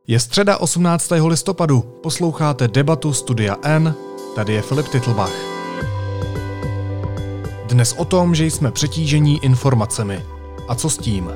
Je středa 18. listopadu, posloucháte debatu Studia N, tady je Filip Titlbach. Dnes o tom, že jsme přetížení informacemi. A co s tím?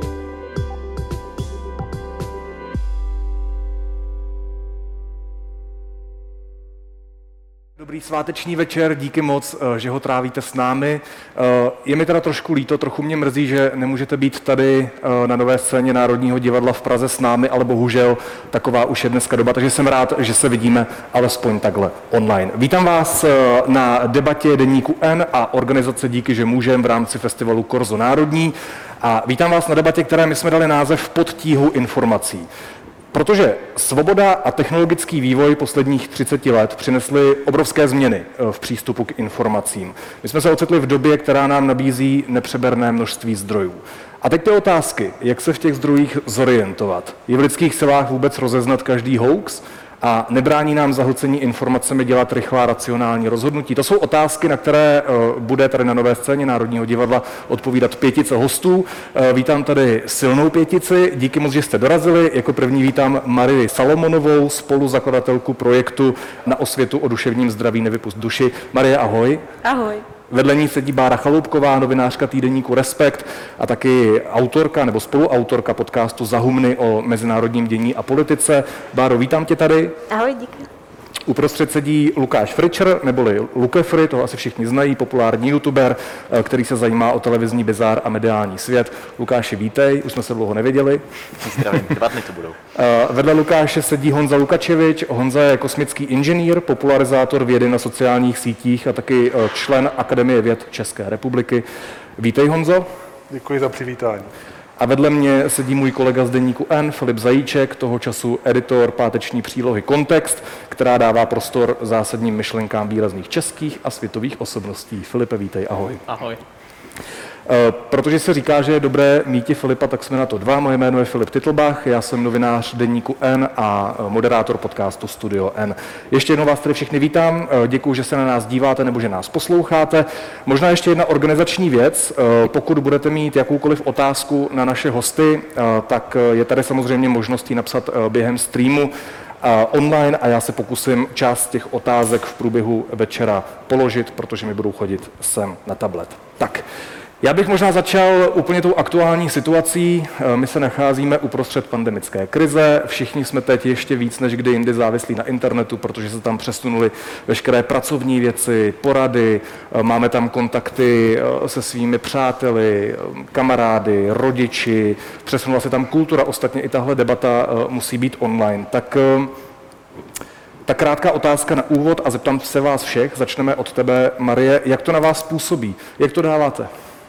Dobrý sváteční večer, díky moc, že ho trávíte s námi. Je mi teda trošku líto, trochu mě mrzí, že nemůžete být tady na Nové scéně Národního divadla v Praze s námi, ale bohužel taková už je dneska doba, takže jsem rád, že se vidíme alespoň takhle online. Vítám vás na debatě Deníku N a organizace Díky, že můžem v rámci festivalu Korzo Národní a vítám vás na debatě, které my jsme dali název Pod tíhou informací. Protože svoboda a technologický vývoj posledních 30 let přinesly obrovské změny v přístupu k informacím. My jsme se ocitli v době, která nám nabízí nepřeberné množství zdrojů. A teď ty otázky, jak se v těch zdrojích zorientovat? Je v lidských silách vůbec rozeznat každý hoax? A nebrání nám zahlcení informacemi dělat rychlá racionální rozhodnutí? To jsou otázky, na které bude tady na Nové scéně Národního divadla odpovídat pětice hostů. Vítám tady silnou pětici, díky moc, že jste dorazili. Jako první vítám Marii Salomonovou, spoluzakladatelku projektu Na osvětu o duševním zdraví Nevypusť duši. Marie, ahoj. Ahoj. Vedle ní sedí Bára Chaloupková, novinářka týdeníku Respekt a taky autorka nebo spoluautorka podcastu Za humny o mezinárodním dění a politice. Báro, vítám tě tady. Ahoj, díky. Uprostřed sedí Lukáš Fričer, neboli Lukefry, toho asi všichni znají, populární youtuber, který se zajímá o televizní bizár a mediální svět. Lukáši, vítej, už jsme se dlouho neviděli. Zdravím, 2 dny to budou. Vedle Lukáše sedí Honza Lukačevič. Honza je kosmický inženýr, popularizátor vědy na sociálních sítích a taky člen Akademie věd České republiky. Vítej, Honzo. Děkuji za přivítání. A vedle mě sedí můj kolega z Deníku N, Filip Zajíček, toho času editor páteční přílohy Kontext, která dává prostor zásadním myšlenkám výrazných českých a světových osobností. Filipe, vítej, ahoj. Ahoj. Protože se říká, že je dobré míti Filipa, tak jsme na to dva. Moje jméno je Filip Titlbach, já jsem novinář Deníku N a moderátor podcastu Studio N. Ještě jednou vás tady všechny vítám, děkuji, že se na nás díváte nebo že nás posloucháte. Možná ještě jedna organizační věc, pokud budete mít jakoukoliv otázku na naše hosty, tak je tady samozřejmě možnost ji napsat během streamu online a já se pokusím část těch otázek v průběhu večera položit, protože mi budou chodit sem na tablet. Tak. Já bych možná začal úplně tou aktuální situací. My se nacházíme uprostřed pandemické krize. Všichni jsme teď ještě víc než kdy jindy závislí na internetu, protože se tam přesunuly veškeré pracovní věci, porady, máme tam kontakty se svými přáteli, kamarády, rodiči, přesunula se tam kultura, ostatně i tahle debata musí být online. Tak krátká otázka na úvod a zeptám se vás všech, začneme od tebe, Marie, jak to na vás působí, jak to dáváte?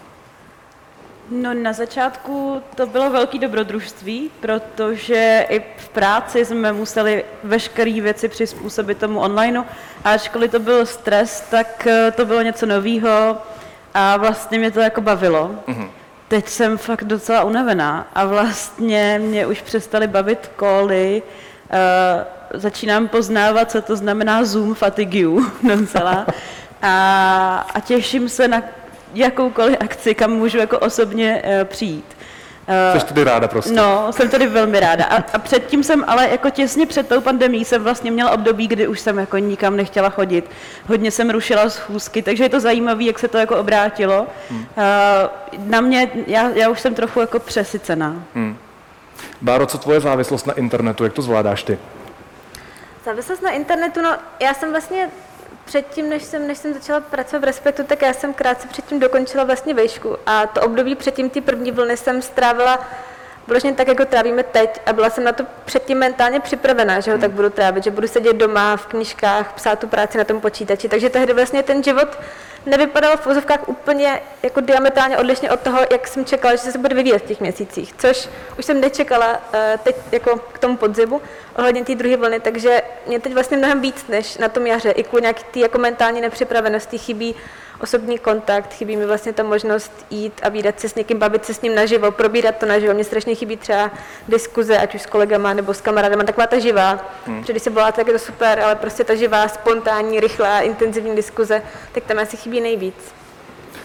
No na začátku to bylo velké dobrodružství, protože i v práci jsme museli veškeré věci přizpůsobit tomu onlineu. A ačkoliv to byl stres, tak to bylo něco nového a vlastně mě to jako bavilo. Mm-hmm. Teď jsem fakt docela unavená a vlastně mě už přestaly bavit cally, začínám poznávat, co to znamená Zoom fatigue docela a těším se na jakoukoliv akci, kam můžu jako osobně přijít. Jsi tady ráda prostě? No, jsem tady velmi ráda. A předtím jsem, ale jako těsně před tou pandemií jsem vlastně měla období, kdy už jsem jako nikam nechtěla chodit. Hodně jsem rušila schůzky, takže je to zajímavé, jak se to jako obrátilo. Na mě, já už jsem trochu jako přesycená. Báro, co tvoje závislost na internetu, jak to zvládáš ty? Závislost na internetu, no já jsem vlastně předtím, než jsem začala pracovat v Respektu, tak já jsem krátce předtím dokončila vlastně vejšku a to období předtím ty první vlny jsem strávila vložně tak, jako trávíme teď a byla jsem na to předtím mentálně připravená, že ho tak budu trávit, že budu sedět doma v knížkách, psát tu práci na tom počítači, takže tehdy vlastně ten život nevypadal v uvozovkách úplně jako diametrálně odlišně od toho, jak jsem čekala, že se bude vyvíjet v těch měsících, což už jsem nečekala teď jako k tomu podzimu ohledně té druhé vlny, takže mě teď vlastně mnohem víc než na tom jaře, i kvůli nějaký té jako mentální nepřipravenosti chybí osobní kontakt, chybí mi vlastně ta možnost jít a vídat se s někým, bavit se s ním naživo, probírat to naživo. Mně strašně chybí třeba diskuze, ať už s kolegama nebo s kamarádama, taková ta živá. Protože když se voláte, tak je to super, ale prostě ta živá, spontánní, rychlá, intenzivní diskuze, tak tam asi chybí nejvíc.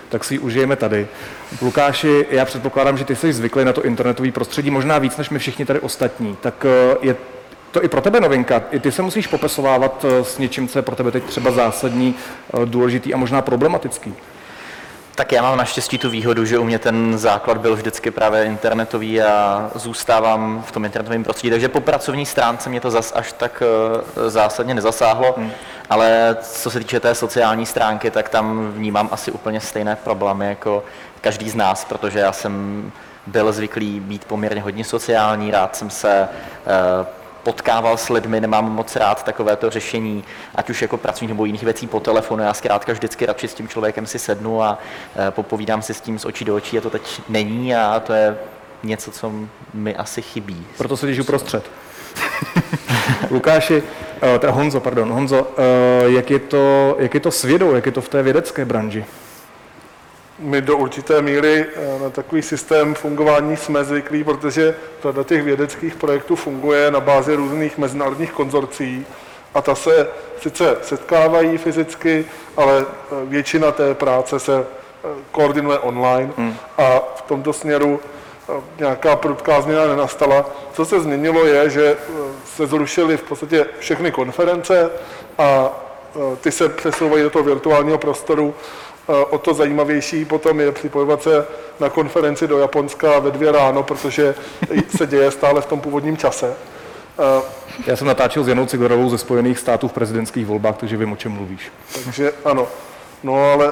tak si ji užijeme tady. Lukáši, já předpokládám, že ty jsi zvyklý na to internetové prostředí, možná víc než my všichni tady ostatní, tak je to i pro tebe novinka. I ty se musíš popesovávat s něčím, co je pro tebe teď třeba zásadní, důležitý a možná problematický. Tak já mám naštěstí tu výhodu, že u mě ten základ byl vždycky právě internetový a zůstávám v tom internetovém prostředí, takže po pracovní stránce mě to zas až tak zásadně nezasáhlo, ale co se týče té sociální stránky, tak tam vnímám asi úplně stejné problémy jako každý z nás, protože já jsem byl zvyklý být poměrně hodně sociální, rád jsem se potkával s lidmi, nemám moc rád takovéto řešení, ať už jako pracovních nebo jiných věcí po telefonu. Já zkrátka vždycky radši s tím člověkem si sednu a popovídám si s tím z očí do očí a to teď není a to je něco, co mi asi chybí. Proto sedíš uprostřed. Lukáši, Honzo, jak je to s vědou, jak je to v té vědecké branži? My do určité míry na takový systém fungování jsme zvyklí, protože řada těch vědeckých projektů funguje na bázi různých mezinárodních konzorcí a ta se sice setkávají fyzicky, ale většina té práce se koordinuje online a v tomto směru nějaká prudká změna nenastala. Co se změnilo je, že se zrušily v podstatě všechny konference a ty se přesouvají do toho virtuálního prostoru. O to zajímavější potom je připojovat se na konferenci do Japonska ve 2 ráno, protože se děje stále v tom původním čase. Já jsem natáčel s Janou Ciglerovou ze Spojených států v prezidentských volbách, takže vím, o čem mluvíš. Takže ano. No ale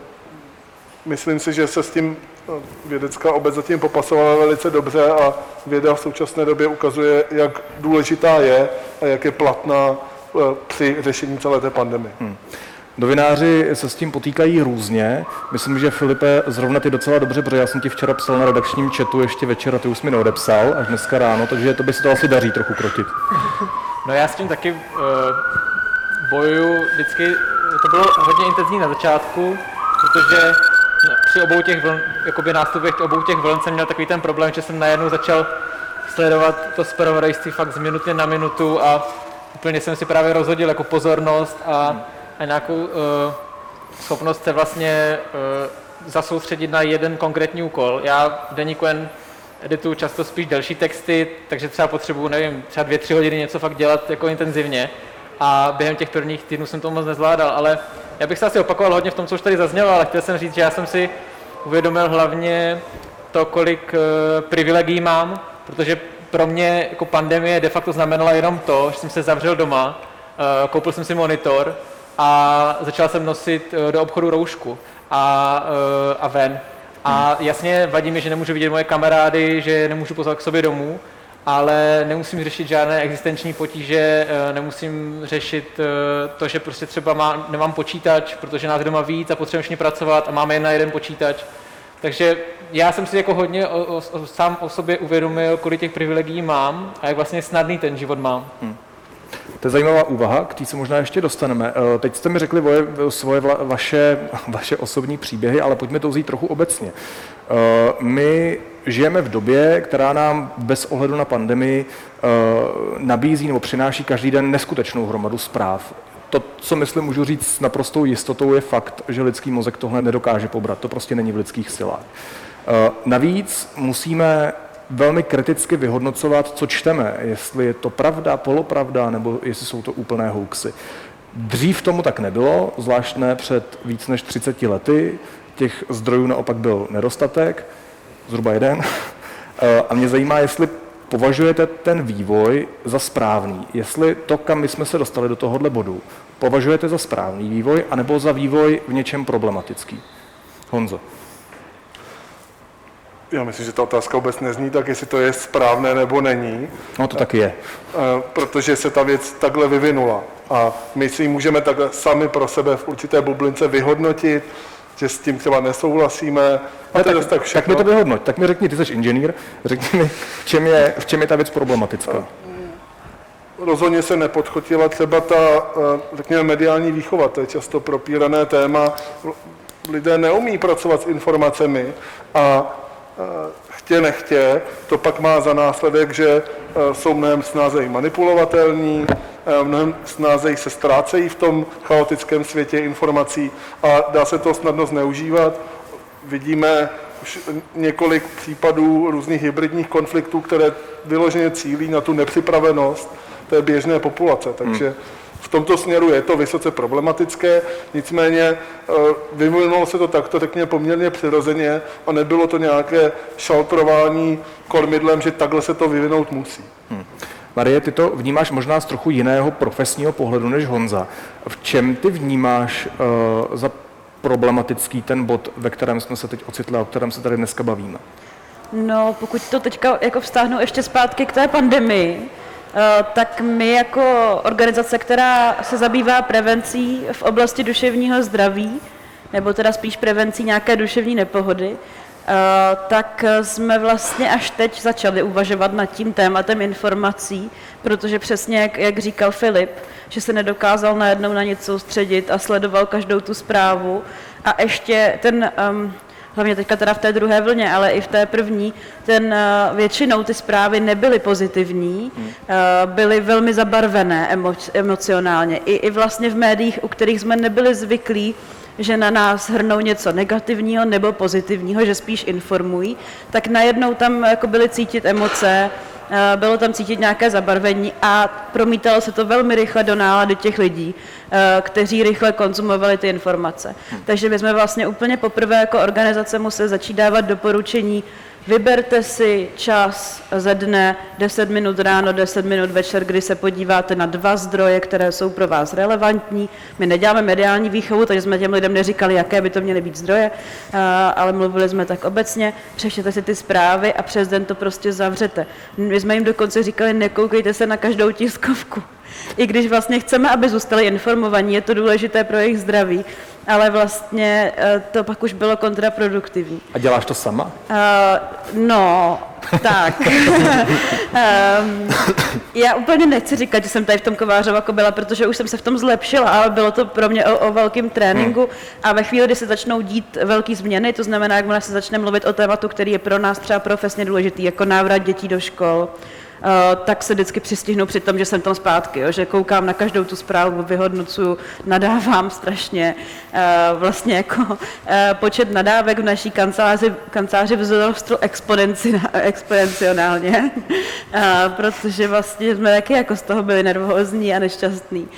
myslím si, že se s tím vědecká obec zatím popasovala velice dobře a věda v současné době ukazuje, jak důležitá je a jak je platná při řešení celé té pandemie. Novináři se s tím potýkají různě. Myslím, že Filipe, zrovna ty docela dobře, protože já jsem ti včera psal na redakčním chatu ještě večer a ty už mi neodepsal, až dneska ráno, takže to by se to asi daří trochu krotit. No já s tím taky bojuju vždycky, to bylo hodně intenzivní na začátku, protože při obou těch vln, jakoby nástupech obou těch vln jsem měl takový ten problém, že jsem najednou začal sledovat to zpravodajství fakt z minuty na minutu a úplně jsem si právě rozhodil jako pozornost a nějakou schopnost se vlastně zasoustředit na jeden konkrétní úkol. Já v deníku N edituju často spíš delší texty, takže třeba potřebuji, nevím, třeba 2-3 hodiny něco fakt dělat jako intenzivně a během těch prvních týdnů jsem to moc nezvládal, ale já bych se asi opakoval hodně v tom, co už tady zaznělo, ale chtěl jsem říct, že já jsem si uvědomil hlavně to, kolik privilegií mám, protože pro mě jako pandemie de facto znamenala jenom to, že jsem se zavřel doma, koupil jsem si monitor a začal jsem nosit do obchodu roušku a ven. A jasně vadí mi, že nemůžu vidět moje kamarády, že nemůžu pozvat k sobě domů, ale nemusím řešit žádné existenční potíže, nemusím řešit to, že prostě třeba nemám počítač, protože nás doma víc a potřebujeme všichni pracovat a máme jen na jeden počítač. Takže já jsem si jako hodně sám o sobě uvědomil, kolik těch privilegií mám a jak vlastně snadný ten život mám. To je zajímavá úvaha, k té se možná ještě dostaneme. Teď jste mi řekli vaše osobní příběhy, ale pojďme to vzít trochu obecně. My žijeme v době, která nám bez ohledu na pandemii nabízí nebo přináší každý den neskutečnou hromadu zpráv. To, co myslím, můžu říct s naprostou jistotou, je fakt, že lidský mozek tohle nedokáže pobrat. To prostě není v lidských silách. Navíc musíme velmi kriticky vyhodnocovat, co čteme, jestli je to pravda, polopravda, nebo jestli jsou to úplné hoaxy. Dřív tomu tak nebylo, zvlášť ne před víc než 30 lety. Těch zdrojů naopak byl nedostatek, zhruba 1. A mě zajímá, jestli považujete ten vývoj za správný, jestli to, kam my jsme se dostali do tohohle bodu, považujete za správný vývoj, anebo za vývoj v něčem problematický. Honzo. Já myslím, že ta otázka vůbec nezní tak, jestli to je správné nebo není. No to taky je. Protože se ta věc takhle vyvinula. A my si ji můžeme takhle sami pro sebe v určité bublince vyhodnotit, že s tím třeba nesouhlasíme. A to je tak všechno. Tak mi to vyhodnoť. Tak mi řekni, ty jsi inženýr, řekni mi, v čem je ta věc problematická. Rozhodně se nepodchotila třeba ta, řekněme, mediální výchova. To je často propírané téma. Lidé neumí pracovat s informacemi a chtě nechtě, to pak má za následek, že jsou mnohem snázeji manipulovatelní, mnohem snázeji se ztrácejí v tom chaotickém světě informací a dá se to snadno zneužívat vidíme už několik případů různých hybridních konfliktů, které vyloženě cílí na tu nepřipravenost té běžné populace. Takže v tomto směru je to vysoce problematické, nicméně vyvinulo se to takto, řekněme, poměrně přirozeně a nebylo to nějaké šaltrování kormidlem, že takhle se to vyvinout musí. Marie, ty to vnímáš možná z trochu jiného profesního pohledu než Honza. V čem ty vnímáš za problematický ten bod, ve kterém jsme se teď ocitli a o kterém se tady dneska bavíme? No, pokud to teďka jako vztáhnu ještě zpátky k té pandemii, tak my jako organizace, která se zabývá prevencí v oblasti duševního zdraví, nebo teda spíš prevencí nějaké duševní nepohody, tak jsme vlastně až teď začali uvažovat nad tím tématem informací, protože přesně jak říkal Filip, že se nedokázal najednou na nic soustředit a sledoval každou tu zprávu a ještě ten, hlavně teďka teda v té druhé vlně, ale i v té první, většinou ty zprávy nebyly pozitivní, byly velmi zabarvené emocionálně. I vlastně v médiích, u kterých jsme nebyli zvyklí, že na nás hrnou něco negativního nebo pozitivního, že spíš informují, tak najednou tam jako byly cítit emoce, bylo tam cítit nějaké zabarvení a promítalo se to velmi rychle do nálady těch lidí, kteří rychle konzumovali ty informace. Takže my jsme vlastně úplně poprvé jako organizace museli začít dávat doporučení: vyberte si čas ze dne 10 minut ráno, 10 minut večer, kdy se podíváte na 2 zdroje, které jsou pro vás relevantní. My neděláme mediální výchovu, takže jsme těm lidem neříkali, jaké by to měly být zdroje, ale mluvili jsme tak obecně. Přečtěte si ty zprávy a přes den to prostě zavřete. My jsme jim dokonce říkali, nekoukejte se na každou tiskovku. I když vlastně chceme, aby zůstali informovaní, je to důležité pro jejich zdraví, ale vlastně to pak už bylo kontraproduktivní. A děláš to sama? No, tak. Já úplně nechci říkat, že jsem tady v tom Kovářova kobila, protože už jsem se v tom zlepšila, ale bylo to pro mě o velkém tréninku a ve chvíli, kdy se začnou dít velké změny, to znamená, jakmile se začne mluvit o tématu, který je pro nás třeba profesně důležitý, jako návrat dětí do škol, tak se vždycky přistihnu při tom, že jsem tam zpátky, jo? Že koukám na každou tu zprávu, vyhodnocuju, nadávám strašně. Vlastně jako počet nadávek v naší kanceláři vzrostl exponenciálně, protože vlastně jsme taky jako z toho byli nervózní a nešťastní.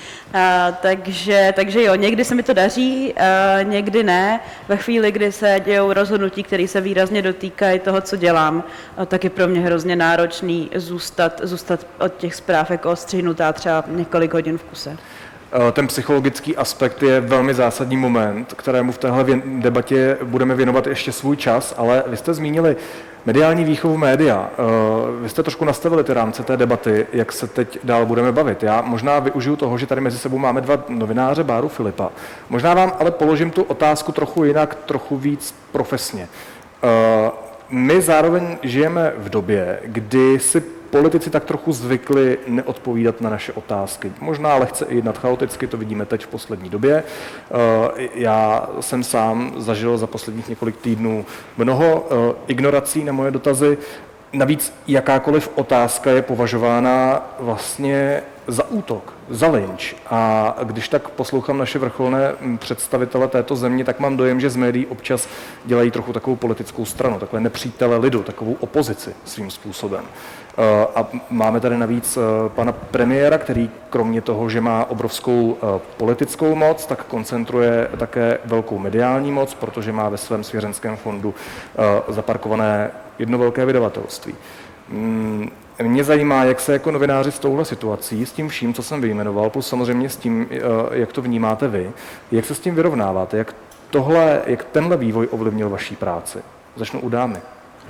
Takže jo, někdy se mi to daří, někdy ne. Ve chvíli, kdy se dějou rozhodnutí, které se výrazně dotýkají toho, co dělám, tak je pro mě hrozně náročný zůstat od těch zpráv jako ostřihnutá třeba několik hodin v kuse. Ten psychologický aspekt je velmi zásadní moment, kterému v téhle debatě budeme věnovat ještě svůj čas, ale vy jste zmínili mediální výchovu média. Vy jste trošku nastavili ty rámce té debaty, jak se teď dál budeme bavit. Já možná využiju toho, že tady mezi sebou máme 2 novináře, Báru, Filipa. Možná vám ale položím tu otázku trochu jinak, trochu víc profesně. My zároveň žijeme v době, kdy si politici tak trochu zvykli neodpovídat na naše otázky. Možná lehce i jednat chaoticky, to vidíme teď v poslední době. Já jsem sám zažil za posledních několik týdnů mnoho ignorací na moje dotazy. Navíc jakákoliv otázka je považována vlastně za útok, za lynč. A když tak poslouchám naše vrcholné představitele této země, tak mám dojem, že z médií občas dělají trochu takovou politickou stranu, takové nepřítele lidu, takovou opozici svým způsobem. A máme tady navíc pana premiéra, který kromě toho, že má obrovskou politickou moc, tak koncentruje také velkou mediální moc, protože má ve svém svěřenském fondu zaparkované jedno velké vydavatelství. Mě zajímá, jak se jako novináři s touhle situací, s tím vším, co jsem vyjmenoval, plus samozřejmě s tím, jak to vnímáte vy, jak se s tím vyrovnáváte, jak tenhle vývoj ovlivnil vaší práci. Začnu u dámy.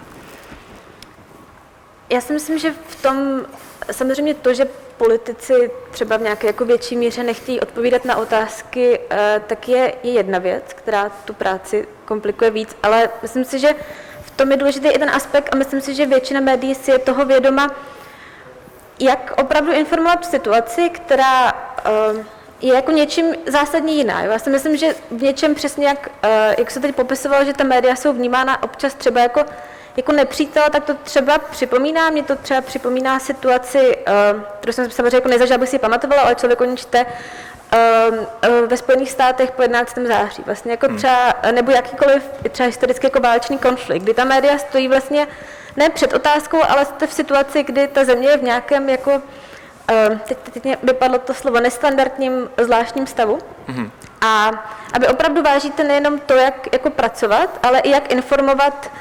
Já si myslím, že v tom samozřejmě to, že politici třeba v nějaké jako větší míře nechtějí odpovídat na otázky, tak je jedna věc, která tu práci komplikuje víc, ale myslím si, že v tom je důležitý i ten aspekt a myslím si, že většina médií si je toho vědoma, jak opravdu informovat situaci, která je jako něčím zásadně jiná. Já si myslím, že v něčem přesně, jak se teď popisovalo, že ta média jsou vnímána občas třeba jako nepřítel, tak to třeba připomíná, mě to třeba připomíná situaci, kterou jsem samozřejmě jako nezažila, abych si ji pamatovala, ale člověk o ní čte, ve Spojených státech po 11. září, vlastně jako třeba, nebo jakýkoliv třeba historicky jako válečný konflikt, kdy ta média stojí vlastně ne před otázkou, ale jste v situaci, kdy ta země je v nějakém jako, teď mě vypadlo to slovo, nestandardním zvláštním stavu. A aby opravdu vážíte nejenom to, jak jako pracovat, ale i jak informovat,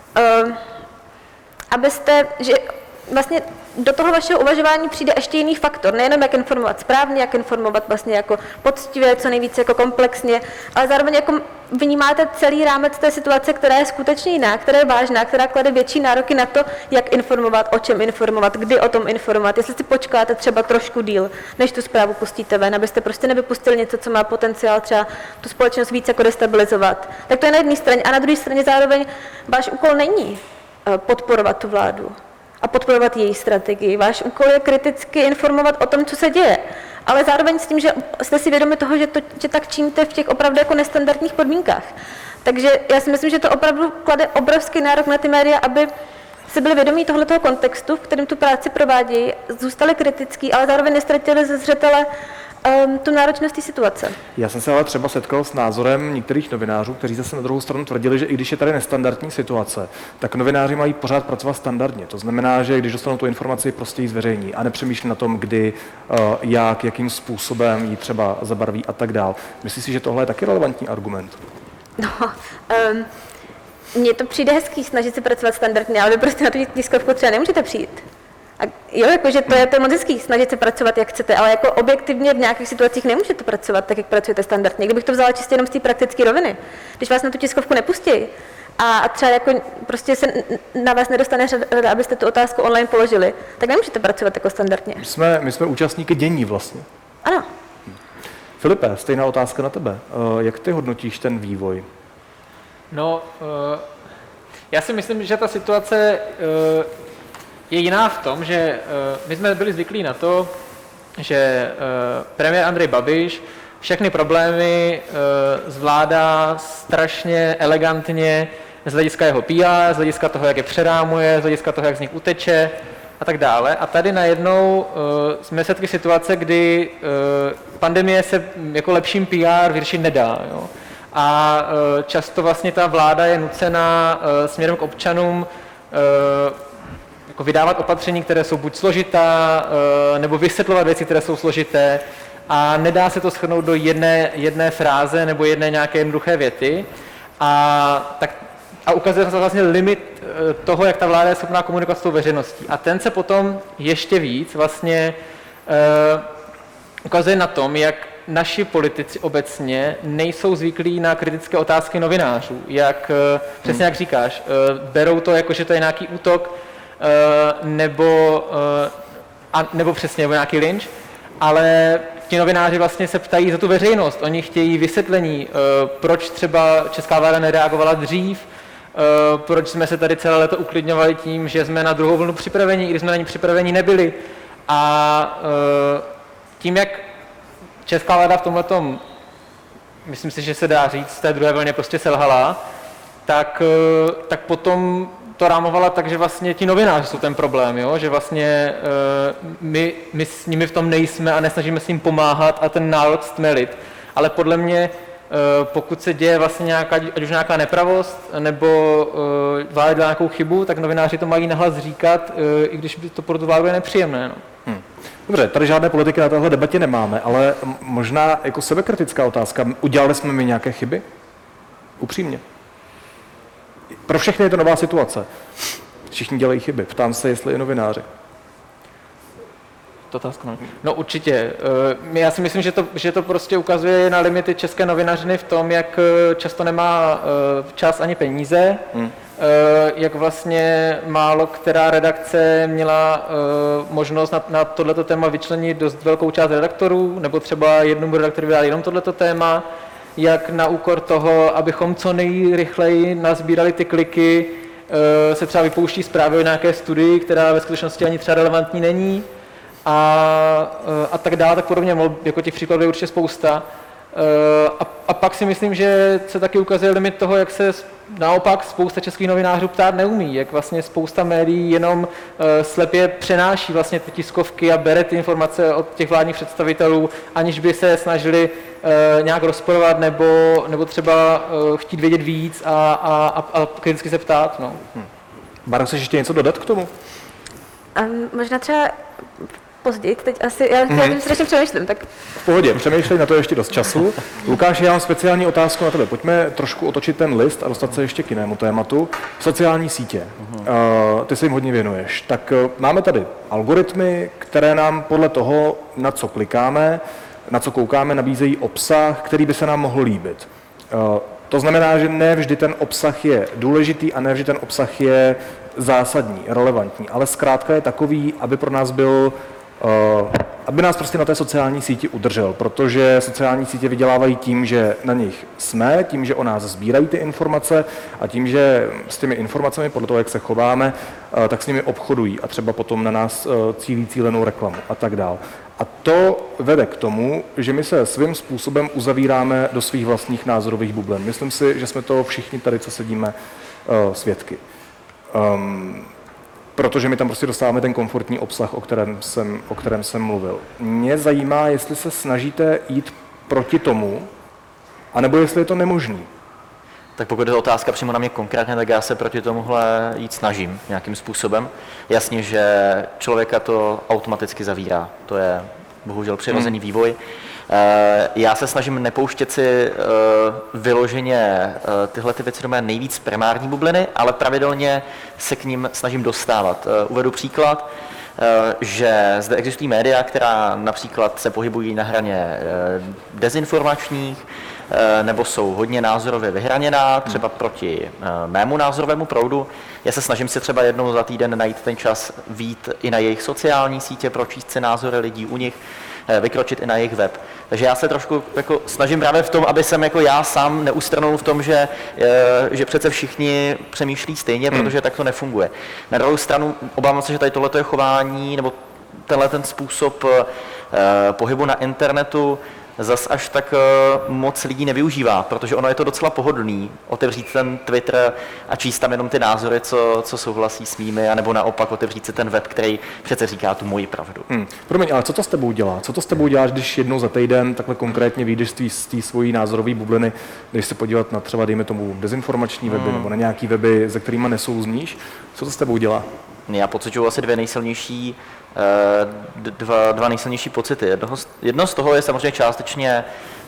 abyste, že vlastně do toho vašeho uvažování přijde ještě jiný faktor, nejenom jak informovat správně, jak informovat vlastně jako poctivě, co nejvíce jako komplexně, ale zároveň jako vnímáte celý rámec té situace, která je skutečně jiná, která je vážná, která klade větší nároky na to, jak informovat, o čem informovat, kdy o tom informovat, jestli si počkáte třeba trošku díl, než tu zprávu pustíte ven, abyste prostě nevypustili něco, co má potenciál třeba tu společnost víc jako destabilizovat. Tak to je na jedné straně a na druhé straně zároveň váš úkol není podporovat tu vládu a podporovat její strategii. Váš úkol je kriticky informovat o tom, co se děje, ale zároveň s tím, že jste si vědomi toho, že tak činíte v těch opravdu jako nestandardních podmínkách. Takže já si myslím, že to opravdu klade obrovský nárok na ty média, aby si byli vědomí tohletoho kontextu, v kterém tu práci provádějí, zůstali kritický, ale zároveň nestratili ze zřetele tu náročnost té situace. Já jsem se ale třeba setkal s názorem některých novinářů, kteří zase na druhou stranu tvrdili, že i když je tady nestandardní situace, tak novináři mají pořád pracovat standardně. To znamená, že když dostanou tu informaci, prostě ji zveřejní a nepřemýšlí na tom, kdy, jak, jakým způsobem ji třeba zabarví a tak dál. Myslíš si, že tohle je taky relevantní argument? No, mně to přijde hezký snažit se pracovat standardně, ale vy prostě na tu tiskovku třeba nemůžete přijít. A jo, jakože to je moc hezký, snažit se pracovat, jak chcete, ale jako objektivně v nějakých situacích nemůžete pracovat tak, jak pracujete standardně. Kdybych to vzala čistě jenom z té praktické roviny, když vás na tu tiskovku nepustí a třeba jako prostě se na vás nedostane řada, abyste tu otázku online položili, tak nemůžete pracovat jako standardně. My jsme účastníky dění vlastně. Ano. Filipe, stejná otázka na tebe. Jak ty hodnotíš ten vývoj? No, já si myslím, že ta situace je jiná v tom, že my jsme byli zvyklí na to, že premiér Andrej Babiš všechny problémy zvládá strašně elegantně z hlediska jeho PR, z hlediska toho, jak je přerámuje, z hlediska toho, jak z nich uteče a tak dále. A tady najednou jsme svědky situace, kdy pandemie se jako lepším PR vyřešit nedá. Jo? A často vlastně ta vláda je nucená směrem k občanům jako vydávat opatření, které jsou buď složitá, nebo vysvětlovat věci, které jsou složité a nedá se to shrnout do jedné fráze nebo jedné nějaké jednoduché věty. A ukazuje se vlastně limit toho, jak ta vláda je schopná komunikovat s tou veřejností. A ten se potom ještě víc vlastně ukazuje na tom, jak naši politici obecně nejsou zvyklí na kritické otázky novinářů. Přesně jak říkáš, berou to jako, že to je nějaký útok, nebo přesně nebo nějaký lynč, ale ti novináři vlastně se ptají za tu veřejnost. Oni chtějí vysvětlení, proč třeba česká vláda nereagovala dřív, proč jsme se tady celé léto uklidňovali tím, že jsme na druhou vlnu připraveni, i když jsme na ní připraveni nebyli. A tím, jak česká vláda v tomhletom, myslím si, že se dá říct, z té druhé vlně prostě selhala, tak potom to rámovala tak, že vlastně ti novináři jsou ten problém, jo? Že vlastně my s nimi v tom nejsme a nesnažíme s ním pomáhat a ten národ stmelit. Ale podle mě, pokud se děje vlastně ať už nějaká nepravost, nebo vláda dělá nějakou chybu, tak novináři to mají nahlas říkat, i když by to pro tu vládu je nepříjemné. No. Dobře, tady žádné politiky na téhle debatě nemáme, ale možná jako sebekritická otázka. Udělali jsme my nějaké chyby? Upřímně. Pro všechny je to nová situace. Všichni dělají chyby. Ptám se, jestli i novináři. No určitě. Já si myslím, že to prostě ukazuje na limity české novinařiny v tom, jak často nemá čas ani peníze, jak vlastně málo která redakce měla možnost na tohleto téma vyčlenit dost velkou část redaktorů, nebo třeba jednomu redaktorovi dát jenom tohleto téma, jak na úkor toho, abychom co nejrychleji nazbírali ty kliky, se třeba vypouští zprávy o nějaké studii, která ve skutečnosti ani třeba relevantní není a tak dále, tak podobně, jako těch příkladů je určitě spousta. A pak si myslím, že se taky ukazuje limit toho, jak se naopak spousta českých novinářů ptát neumí, jak vlastně spousta médií jenom slepě přenáší vlastně ty tiskovky a bere ty informace od těch vládních představitelů, aniž by se snažili nějak rozporovat nebo třeba chtít vědět víc a kriticky se ptát. No. Báro, chceš ještě něco dodat k tomu? Možná třeba později, teď asi, já tím strašně přemýšlím, tak... V pohodě, přemýšlej, na to ještě dost času. Lukáš, já mám speciální otázku na tebe. Pojďme trošku otočit ten list a dostat se ještě k jinému tématu. Sociální sítě. Ty se jim hodně věnuješ. Tak máme tady algoritmy, které nám podle toho, na co klikáme, na co koukáme, nabízejí obsah, který by se nám mohl líbit. To znamená, že ne vždy ten obsah je důležitý a ne vždy ten obsah je zásadní, relevantní, ale zkrátka je takový, aby pro nás byl, aby nás prostě na té sociální síti udržel, protože sociální sítě vydělávají tím, že na nich jsme, tím, že o nás sbírají ty informace a tím, že s těmi informacemi, podle toho, jak se chováme, tak s nimi obchodují a třeba potom na nás cílí cílenou reklamu a tak dál. A to vede k tomu, že my se svým způsobem uzavíráme do svých vlastních názorových bublin. Myslím si, že jsme to všichni tady, co sedíme, svědky. Protože my tam prostě dostáváme ten komfortní obsah, o kterém jsem mluvil. Mě zajímá, jestli se snažíte jít proti tomu, anebo jestli je to nemožný. Tak pokud je to otázka přímo na mě konkrétně, tak já se proti tomuhle jít snažím nějakým způsobem. Jasně, že člověka to automaticky zavírá. To je bohužel přirozený vývoj. Já se snažím nepouštět si vyloženě tyhle ty věci do mé nejvíc primární bubliny, ale pravidelně se k ním snažím dostávat. Uvedu příklad, že zde existují média, která například se pohybují na hraně dezinformačních, nebo jsou hodně názorově vyhraněná, třeba proti mému názorovému proudu. Já se snažím si třeba jednou za týden najít ten čas vyjít i na jejich sociální sítě, pročíst si názory lidí u nich, vykročit i na jejich web. Takže já se trošku jako snažím právě v tom, aby jsem jako já sám neustrnul v tom, že přece všichni přemýšlí stejně, protože tak to nefunguje. Na druhou stranu obávám se, že tady tohleto je chování, nebo tenhle ten způsob pohybu na internetu zas až tak moc lidí nevyužívá, protože ono je to docela pohodlný otevřít ten Twitter a číst tam jenom ty názory, co souhlasí s mými, anebo naopak otevřít si ten web, který přece říká tu moji pravdu. Promiň, ale co to s tebou dělá? Co to s tebou děláš, když jednou za týden takhle konkrétně vyjdeš z té svojí názorové bubliny, když se podívat na třeba, dejme tomu, dezinformační weby nebo na nějaký weby, se kterými nesouzníš? Co to s tebou dělá? Já pocituju asi dva nejsilnější pocity. Jedno z toho je samozřejmě částečně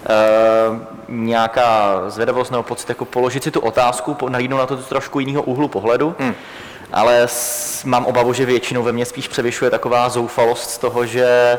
nějaká zvědavost nebo pocit, jako položit si tu otázku, nalídnout na to trošku jiného úhlu pohledu, ale mám obavu, že většinou ve mně spíš převyšuje taková zoufalost z toho, že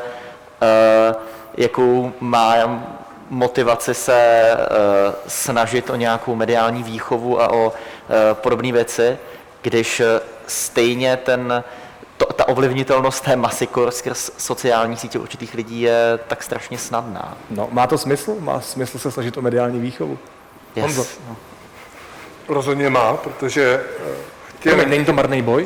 jakou má motivaci se snažit o nějakou mediální výchovu a o podobné věci, když stejně ta ovlivnitelnost té masy skrz sociální sítě určitých lidí je tak strašně snadná. No, má to smysl? Má smysl se snažit o mediální výchovu? Yes. No. Rozhodně má, protože... Není to marný boj?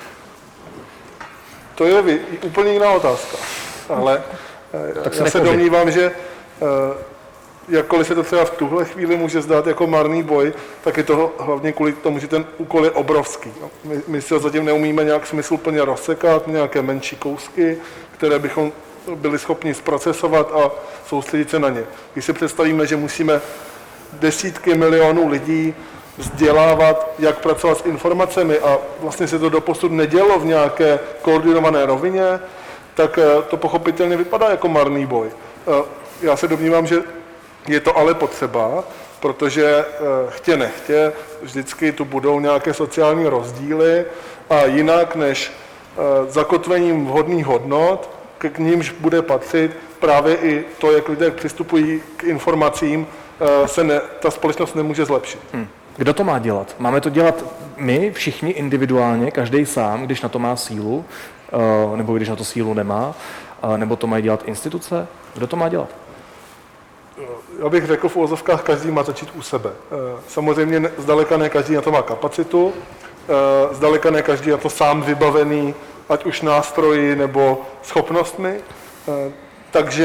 To je úplně jiná otázka, ale já se domnívám, že jakkoliv se to třeba v tuhle chvíli může zdát jako marný boj, tak je to hlavně kvůli tomu, že ten úkol je obrovský. My si ho zatím neumíme nějak smysluplně rozsekat, nějaké menší kousky, které bychom byli schopni zprocesovat a soustředit se na ně. Když si představíme, že musíme desítky milionů lidí vzdělávat, jak pracovat s informacemi a vlastně se to doposud nedělo v nějaké koordinované rovině, tak to pochopitelně vypadá jako marný boj. Já se domnívám, že je to ale potřeba, protože chtě nechtě, vždycky tu budou nějaké sociální rozdíly a jinak než zakotvením vhodných hodnot, k nímž bude patřit právě i to, jak lidé přistupují k informacím, ta společnost nemůže zlepšit. Kdo to má dělat? Máme to dělat my, všichni individuálně, každý sám, když na to má sílu, nebo když na to sílu nemá, nebo to mají dělat instituce? Kdo to má dělat? Já bych řekl v uvozovkách, každý má začít u sebe. Samozřejmě zdaleka ne každý na to má kapacitu, zdaleka ne každý na to sám vybavený, ať už nástroji nebo schopnostmi. Takže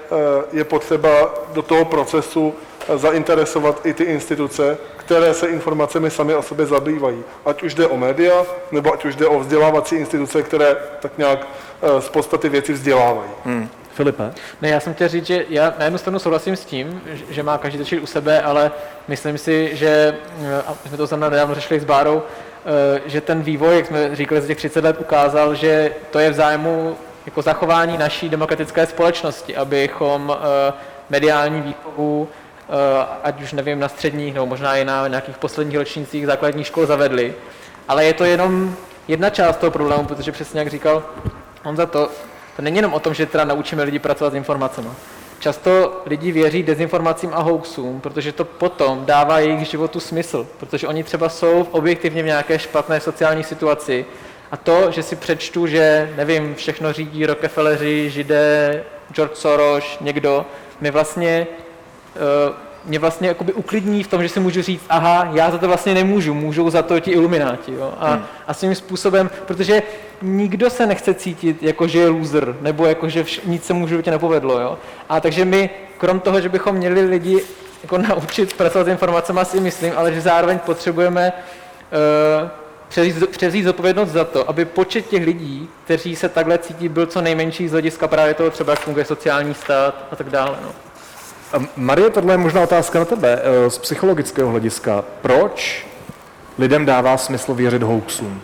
je potřeba do toho procesu zainteresovat i ty instituce, které se informacemi sami o sobě zabývají. Ať už jde o média, nebo ať už jde o vzdělávací instituce, které tak nějak z podstaty věci vzdělávají. Filipe? Ne, já jsem chtěl říct, že já na jednu stranu souhlasím s tím, že má každý začít u sebe, ale myslím si, že, a my jsme to znamená nedávno řešili s Bárou, že ten vývoj, jak jsme říkali, za těch 30 let ukázal, že to je v zájmu jako zachování naší demokratické společnosti, abychom mediální výchovu, ať už nevím, na středních, nebo možná i na nějakých posledních ročnících základních škol zavedli. Ale je to jenom jedna část toho problému, protože přesně jak říkal Honza, to není jenom o tom, že teda naučíme lidi pracovat s informacemi. Často lidi věří dezinformacím a hoaxům, protože to potom dává jejich životu smysl, protože oni třeba jsou objektivně v nějaké špatné sociální situaci a to, že si přečtu, že nevím, všechno řídí Rockefelleri, Židé, George Soros, někdo, mě vlastně jakoby uklidní v tom, že si můžu říct, aha, já za to vlastně nemůžu, můžou za to ti ilumináti. Jo? A svým způsobem, protože nikdo se nechce cítit jako, že je loser, nebo jako, že nic se mu v životě nepovedlo. Jo? A takže my, krom toho, že bychom měli lidi jako naučit pracovat s informacemi, si myslím, ale že zároveň potřebujeme převzít zodpovědnost za to, aby počet těch lidí, kteří se takhle cítí, byl co nejmenší z hlediska právě toho, třeba jak funguje sociální stát a tak dále. No. Marie, tohle je možná otázka na tebe z psychologického hlediska. Proč lidem dává smysl věřit hoaxům?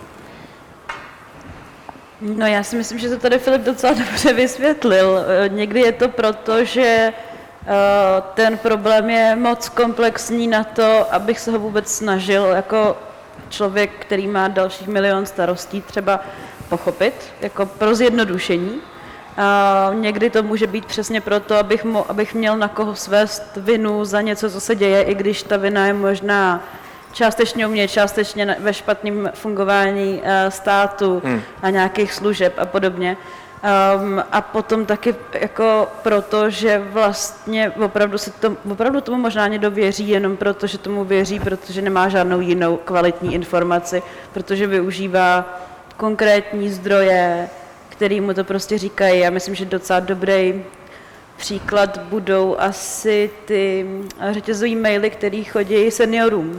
No já si myslím, že to tady Filip docela dobře vysvětlil. Někdy je to proto, že ten problém je moc komplexní na to, abych se ho vůbec snažil jako člověk, který má dalších milion starostí, třeba pochopit, jako pro zjednodušení. Někdy to může být přesně proto, abych měl na koho svést vinu za něco, co se děje, i když ta vina je možná částečně u mě, částečně ve špatném fungování státu a nějakých služeb a podobně. A potom taky jako proto, že vlastně opravdu tomu možná někdo věří jenom proto, že tomu věří, protože nemá žádnou jinou kvalitní informaci, protože využívá konkrétní zdroje, který mu to prostě říkají. Já myslím, že docela dobrý příklad budou asi ty řetězové maily, které chodí seniorům.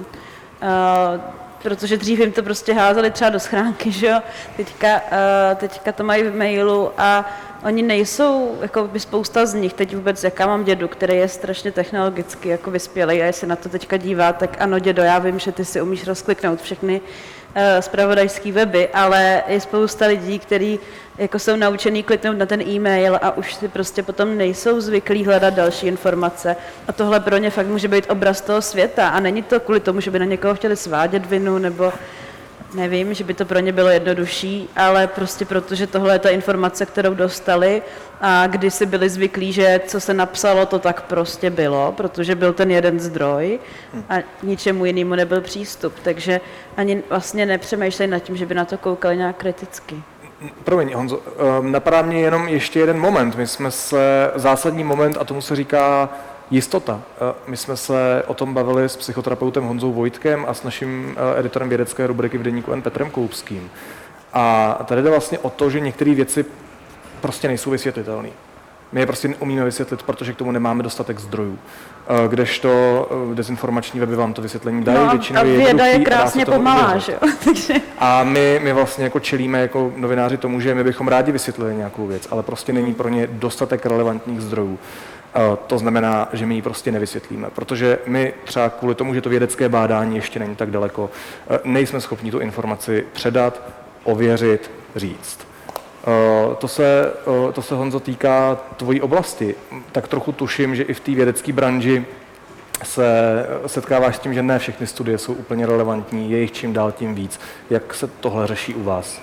Protože dřív jim to prostě házeli třeba do schránky, že jo? Teďka to mají v mailu a oni nejsou, jako by spousta z nich, teď vůbec, jaká mám dědu, který je strašně technologicky jako vyspělej a jestli na to teďka dívá, tak ano, dědo, já vím, že ty si umíš rozkliknout všechny zpravodajský weby, ale je spousta lidí, kteří jako jsou naučený kliknout na ten e-mail a už si prostě potom nejsou zvyklí hledat další informace. A tohle pro ně fakt může být obraz toho světa a není to kvůli tomu, že by na někoho chtěli svádět vinu nebo nevím, že by to pro ně bylo jednodušší, ale prostě protože tohle je ta informace, kterou dostali a kdysi byli zvyklí, že co se napsalo, to tak prostě bylo, protože byl ten jeden zdroj a ničemu jinému nebyl přístup, takže ani vlastně nepřemýšlej nad tím, že by na to koukali nějak kriticky. Promiň, Honzo, napadá mě jenom ještě jeden moment. Zásadní moment, a tomu se říká jistota. My jsme se o tom bavili s psychoterapeutem Honzou Vojtkem a s naším editorem vědecké rubriky v Deníku N Petrem Koupským. A tady jde vlastně o to, že některé věci prostě nejsou vysvětlitelné. My je prostě neumíme vysvětlit, protože k tomu nemáme dostatek zdrojů. Kdežto dezinformační weby vám to vysvětlení dají, většinou je věda je krásně pomalá, že jo? A my vlastně jako čelíme jako novináři tomu, že my bychom rádi vysvětlili nějakou věc, ale prostě není pro ně dostatek relevantních zdrojů. To znamená, že my ji prostě nevysvětlíme, protože my třeba kvůli tomu, že to vědecké bádání ještě není tak daleko, nejsme schopni tu informaci předat, ověřit, říct. To se, Honzo, týká tvojí oblasti. Tak trochu tuším, že i v té vědecké branži se setkáváš s tím, že ne všechny studie jsou úplně relevantní, je jich čím dál tím víc. Jak se tohle řeší u vás?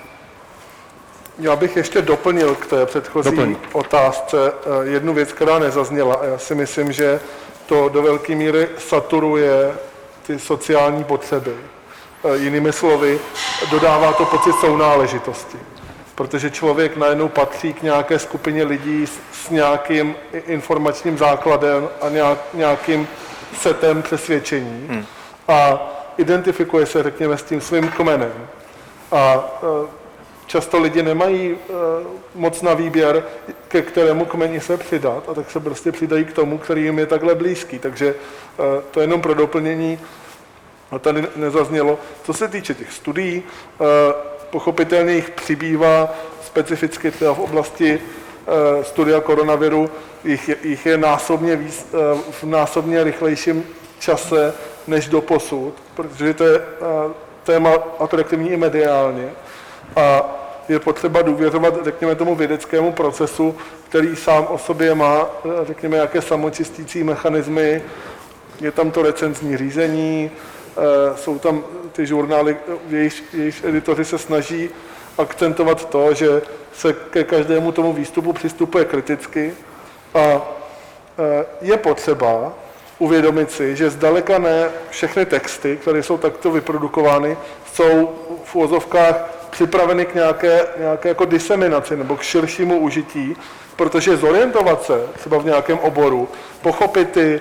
Já bych ještě doplnil k té předchozí otázce jednu věc, která nezazněla. A já si myslím, že to do velké míry saturuje ty sociální potřeby. Jinými slovy, dodává to pocit sounáležitosti. Protože člověk najednou patří k nějaké skupině lidí s nějakým informačním základem a nějakým setem přesvědčení a identifikuje se, řekněme, s tím svým kmenem. A často lidi nemají moc na výběr, ke kterému kmeni se přidat, a tak se prostě přidají k tomu, který jim je takhle blízký. Takže to je jenom pro doplnění, a tady nezaznělo. Co se týče těch studií, pochopitelně jich přibývá specificky třeba v oblasti studia koronaviru, jich je násobně víc, v násobně rychlejším čase než doposud, protože to je téma atraktivní i mediálně. A je potřeba důvěřovat, řekněme, tomu vědeckému procesu, který sám o sobě má, řekněme, jaké samočistící mechanismy, je tam to recenzní řízení, jsou tam ty žurnály, jejichž editoři se snaží akcentovat to, že se ke každému tomu výstupu přistupuje kriticky a je potřeba uvědomit si, že zdaleka ne všechny texty, které jsou takto vyprodukovány, jsou v uvozovkách připraveny k nějaké jako diseminaci nebo k širšímu užití, protože zorientovat se třeba v nějakém oboru, pochopit ty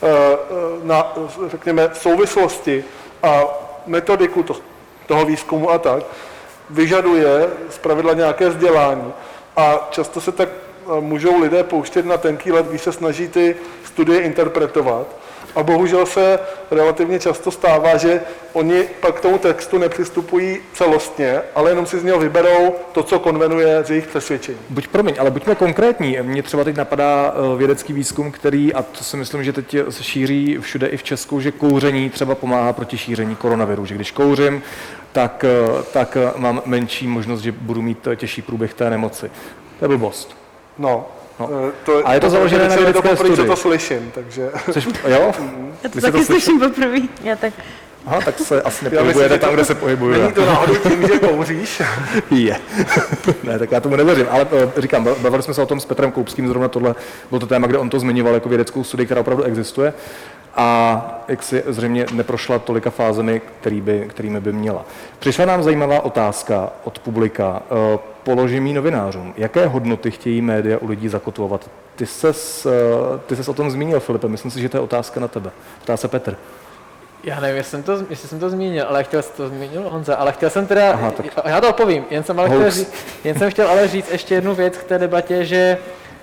řekněme, souvislosti a metodiku toho výzkumu a tak, vyžaduje zpravidla nějaké vzdělání. A často se tak můžou lidé pouštět na tenký led, když se snaží ty studie interpretovat. A bohužel se relativně často stává, že oni pak k tomu textu nepřistupují celostně, ale jenom si z něho vyberou to, co konvenuje z jejich přesvědčení. Ale buďme konkrétní. Mně třeba teď napadá vědecký výzkum, který, a to si myslím, že teď se šíří všude i v Česku, že kouření třeba pomáhá proti šíření koronaviru, že když kouřím, tak mám menší možnost, že budu mít těžší průběh té nemoci. To je blbost. No. A je to založené na vědecké studii. Co to slyším, takže... Jo? Já to taky slyším poprvé. Já tak... Aha, tak se asi nepohybujete tam, kde se pohybuje. Není to náhodou tím, že kouříš? Je. Ne, tak já tomu nevěřím, ale říkám, bavili jsme se o tom s Petrem Koupským, zrovna tohle bylo to téma, kde on to zmiňoval jako vědeckou studii, která opravdu existuje a jak si zřejmě neprošla tolika fázemi, kterými by měla. Přišla nám zajímavá otázka od publika. Položím ji novinářům. Jaké hodnoty chtějí média u lidí zakotvovat? Ty ses o tom zmínil, Filipe, myslím si, že to je otázka na tebe. Ptá se Petr. Já nevím, jestli jsem to zmínil, ale to zmínil Honza, ale chtěl jsem teda, já to odpovím, jen jsem chtěl ale říct ještě jednu věc k té debatě, že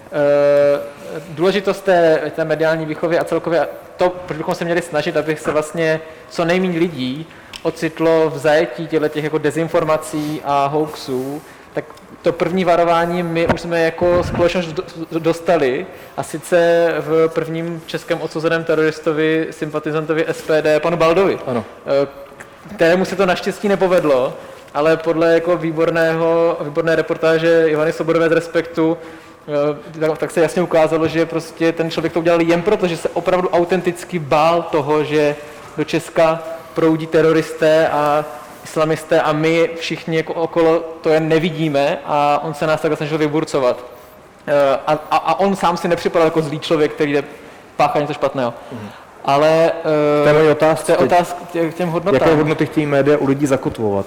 důležitost té mediální výchovy a celkově to, proč bychom se měli snažit, aby se vlastně co nejméně lidí ocitlo v zajetí těch jako dezinformací a hoaxů, tak to první varování my už jsme jako společnost dostali, a sice v prvním českém odsouzeném teroristovi, sympatizantovi SPD, panu Baldovi, ano. Kterému se to naštěstí nepovedlo, ale podle jako výborné reportáže Ivany Soborové z Respektu, tak se jasně ukázalo, že prostě ten člověk to udělal jen proto, že se opravdu autenticky bál toho, že do Česka proudí teroristé a islamisté a my všichni jako okolo to jen nevidíme a on se nás takhle snažil vyburcovat. A on sám si nepřipadal jako zlý člověk, který jde páchá něco špatného. Ale to je moje otázka k těm hodnotám. Jaké hodnoty chtějí média u lidí zakotvovat?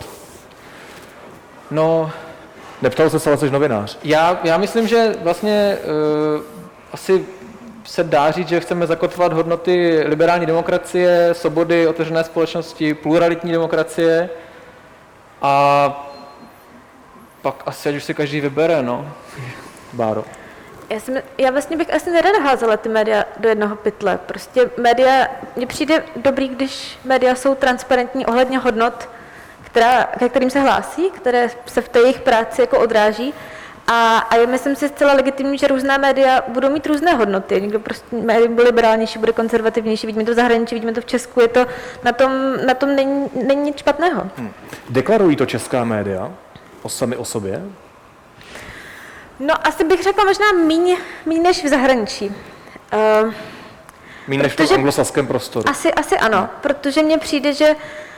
No, neptal se, ale jsi novinář. Já myslím, že vlastně asi se dá říct, že chceme zakotvovat hodnoty liberální demokracie, svobody, otevřené společnosti, pluralitní demokracie a pak asi, ať už si každý vybere, no. Báro. Já vlastně bych asi nerada házela ty média do jednoho pytle. Prostě média, mně přijde dobrý, když média jsou transparentní ohledně hodnot, ke kterým se hlásí, které se v té jejich práci jako odráží. A je, myslím si, zcela legitimní, že různá média budou mít různé hodnoty. Někdo prostě médium bude liberálnější, bude konzervativnější, vidíme to v zahraničí, vidíme to v Česku, je to, na tom není nic špatného. Deklarují to česká média sami o sobě? No, asi bych řekla možná míň než v zahraničí. Míň než v tom anglosaském prostoru? Asi ano, protože mně přijde, že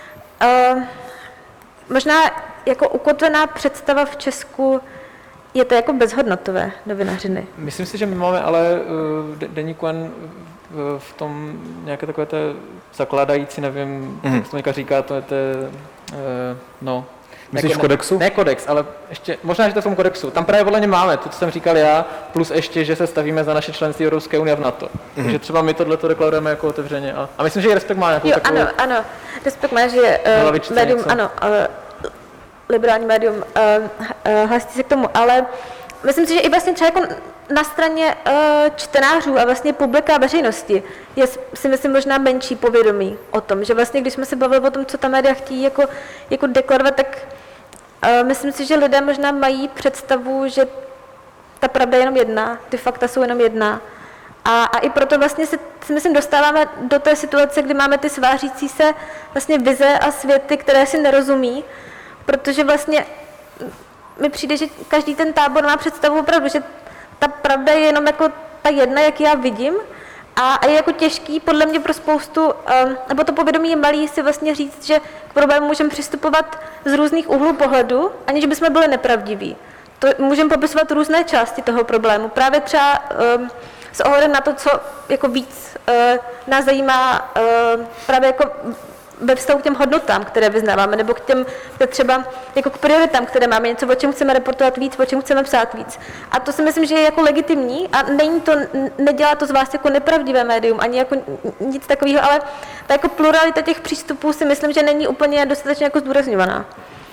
možná jako ukotvená představa v Česku je to jako bezhodnotové novinařiny. Myslím si, že my máme ale deníku N v tom nějaké takové té zakládající, nevím, jak to říká, to je no. Myslíš v kodexu? Ne kodex, ale ještě, možná, že to v tom kodexu. Tam právě podle mě máme, to, co jsem říkal já, plus ještě, že se stavíme za naše členství Evropské unie v NATO. Takže třeba my tohleto deklarujeme jako otevřeně. A myslím, že i Respekt má nějakou takovou... Ano, Respekt má, že médium, ano, ale liberální médium, hlásí se k tomu, ale myslím si, že i vlastně třeba jako na straně čtenářů a vlastně publika a veřejnosti je si myslím možná menší povědomí o tom, že vlastně když jsme se bavili o tom, co ta média chtějí jako deklarovat, tak myslím si, že lidé možná mají představu, že ta pravda je jenom jedna, ty fakta jsou jenom jedna. A i proto vlastně si myslím dostáváme do té situace, kdy máme ty svářící se vlastně vize a světy, které si nerozumí, protože vlastně mi přijde, že každý ten tábor má představu opravdu, že ta pravda je jenom jako ta jedna, jak já vidím, a je jako těžký podle mě pro spoustu, nebo to povědomí je malý, si vlastně říct, že k problému můžeme přistupovat z různých úhlů pohledu, aniž bychom byli nepravdiví. To můžeme popisovat různé části toho problému. Právě třeba s ohledem na to, co jako víc nás zajímá právě jako ve vztahu k těm hodnotám, které vyznáváme, nebo k těm třeba jako k prioritám, které máme, něco, o čem chceme reportovat víc, o čem chceme psát víc. A to si myslím, že je jako legitimní a nedělá to z vás jako nepravdivé médium, ani jako nic takového, ale ta jako pluralita těch přístupů si myslím, že není úplně dostatečně jako zdůrazňovaná.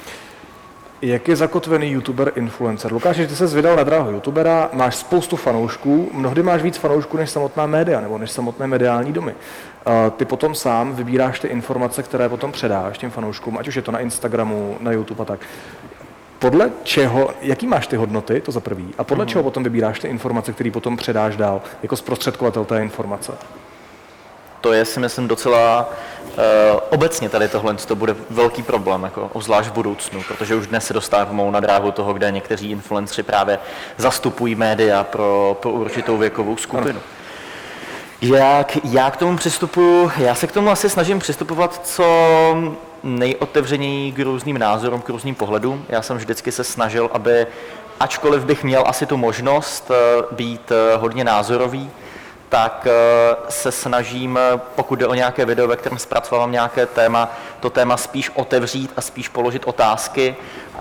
Jak je zakotvený youtuber influencer? Lukáš, ty se vydal na dráhu youtubera, máš spoustu fanoušků, mnohdy máš víc fanoušků než samotná média nebo než samotné mediální domy. Ty potom sám vybíráš ty informace, které potom předáš těm fanouškům, ať už je to na Instagramu, na YouTube a tak. Podle čeho, jaký máš ty hodnoty, to za prvý, a podle čeho potom vybíráš ty informace, které potom předáš dál, jako zprostředkovatel té informace? To je, si myslím, docela obecně tady tohle to bude velký problém, jako obzvlášť v budoucnu, protože už dnes se dostáváme na dráhu toho, kde někteří influenceri právě zastupují média pro určitou věkovou skupinu. Jak já k tomu přistupuju? Já se k tomu asi snažím přistupovat co nejotevřeněji k různým názorům, k různým pohledům. Já jsem vždycky se snažil, aby, ačkoliv bych měl asi tu možnost být hodně názorový, tak se snažím, pokud jde o nějaké video, ve kterém zpracovávám nějaké téma, to téma spíš otevřít a spíš položit otázky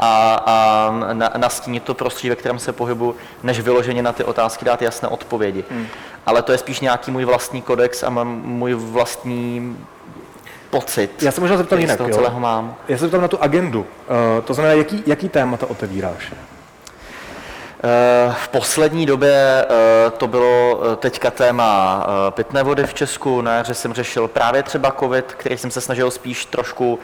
a nastínit to prostředí, ve kterém se pohybu, než vyloženě na ty otázky dát jasné odpovědi. Ale to je spíš nějaký můj vlastní kodex a můj vlastní pocit. Já se možná zeptám jinak, toho celého mám. Já se zeptám na tu agendu. To znamená, jaký témata otevíráš? V poslední době to bylo teďka téma pitné vody v Česku. Na jaře jsem řešil právě třeba covid, který jsem se snažil spíš trošku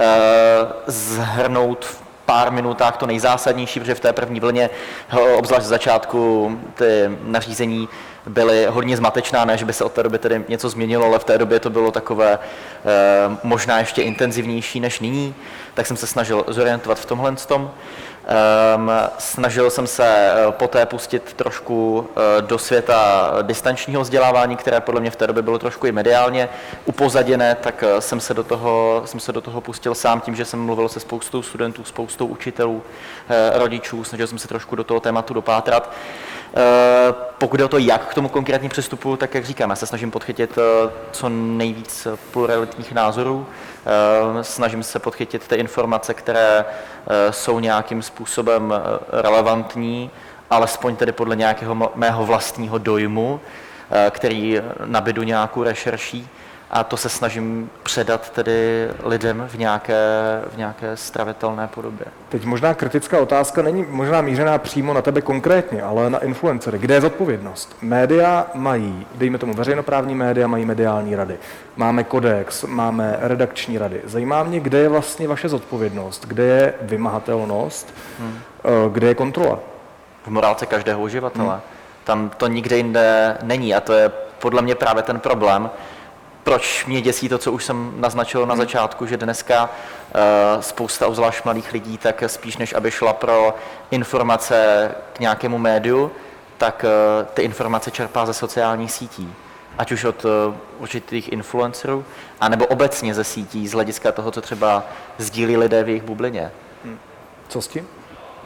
zhrnout v pár minutách to nejzásadnější, protože v té první vlně, obzvlášť z začátku, ty nařízení byly hodně zmatečná, ne, že by se od té doby tedy něco změnilo, ale v té době to bylo takové možná ještě intenzivnější než nyní, tak jsem se snažil zorientovat v tomhle tom. Snažil jsem se poté pustit trošku do světa distančního vzdělávání, které podle mě v té době bylo trošku i mediálně upozaděné, tak jsem se do toho pustil sám tím, že jsem mluvil se spoustou studentů, spoustou učitelů, rodičů, snažil jsem se trošku do toho tématu dopátrat. Pokud je o to, jak k tomu konkrétně přistupuji, tak jak říkám, já se snažím podchytit co nejvíc pluralitních názorů, snažím se podchytit ty informace, které jsou nějakým způsobem relevantní, alespoň tedy podle nějakého mého vlastního dojmu, který nabydu nějakou rešerší, a to se snažím předat tedy lidem v nějaké stravitelné podobě. Teď možná kritická otázka není možná mířená přímo na tebe konkrétně, ale na influencery. Kde je zodpovědnost? Média mají, dejme tomu veřejnoprávní média, mají mediální rady. Máme kodex, máme redakční rady. Zajímá mě, kde je vlastně vaše zodpovědnost, kde je vymahatelnost, kde je kontrola? V morálce každého uživatele. Tam to nikde jinde není a to je podle mě právě ten problém. Proč mě děsí to, co už jsem naznačil na začátku, že dneska spousta obzvlášť mladých lidí, tak spíš než aby šla pro informace k nějakému médiu, tak ty informace čerpá ze sociálních sítí. Ať už od určitých influencerů, anebo obecně ze sítí, z hlediska toho, co třeba sdílí lidé v jejich bublině. Co s tím?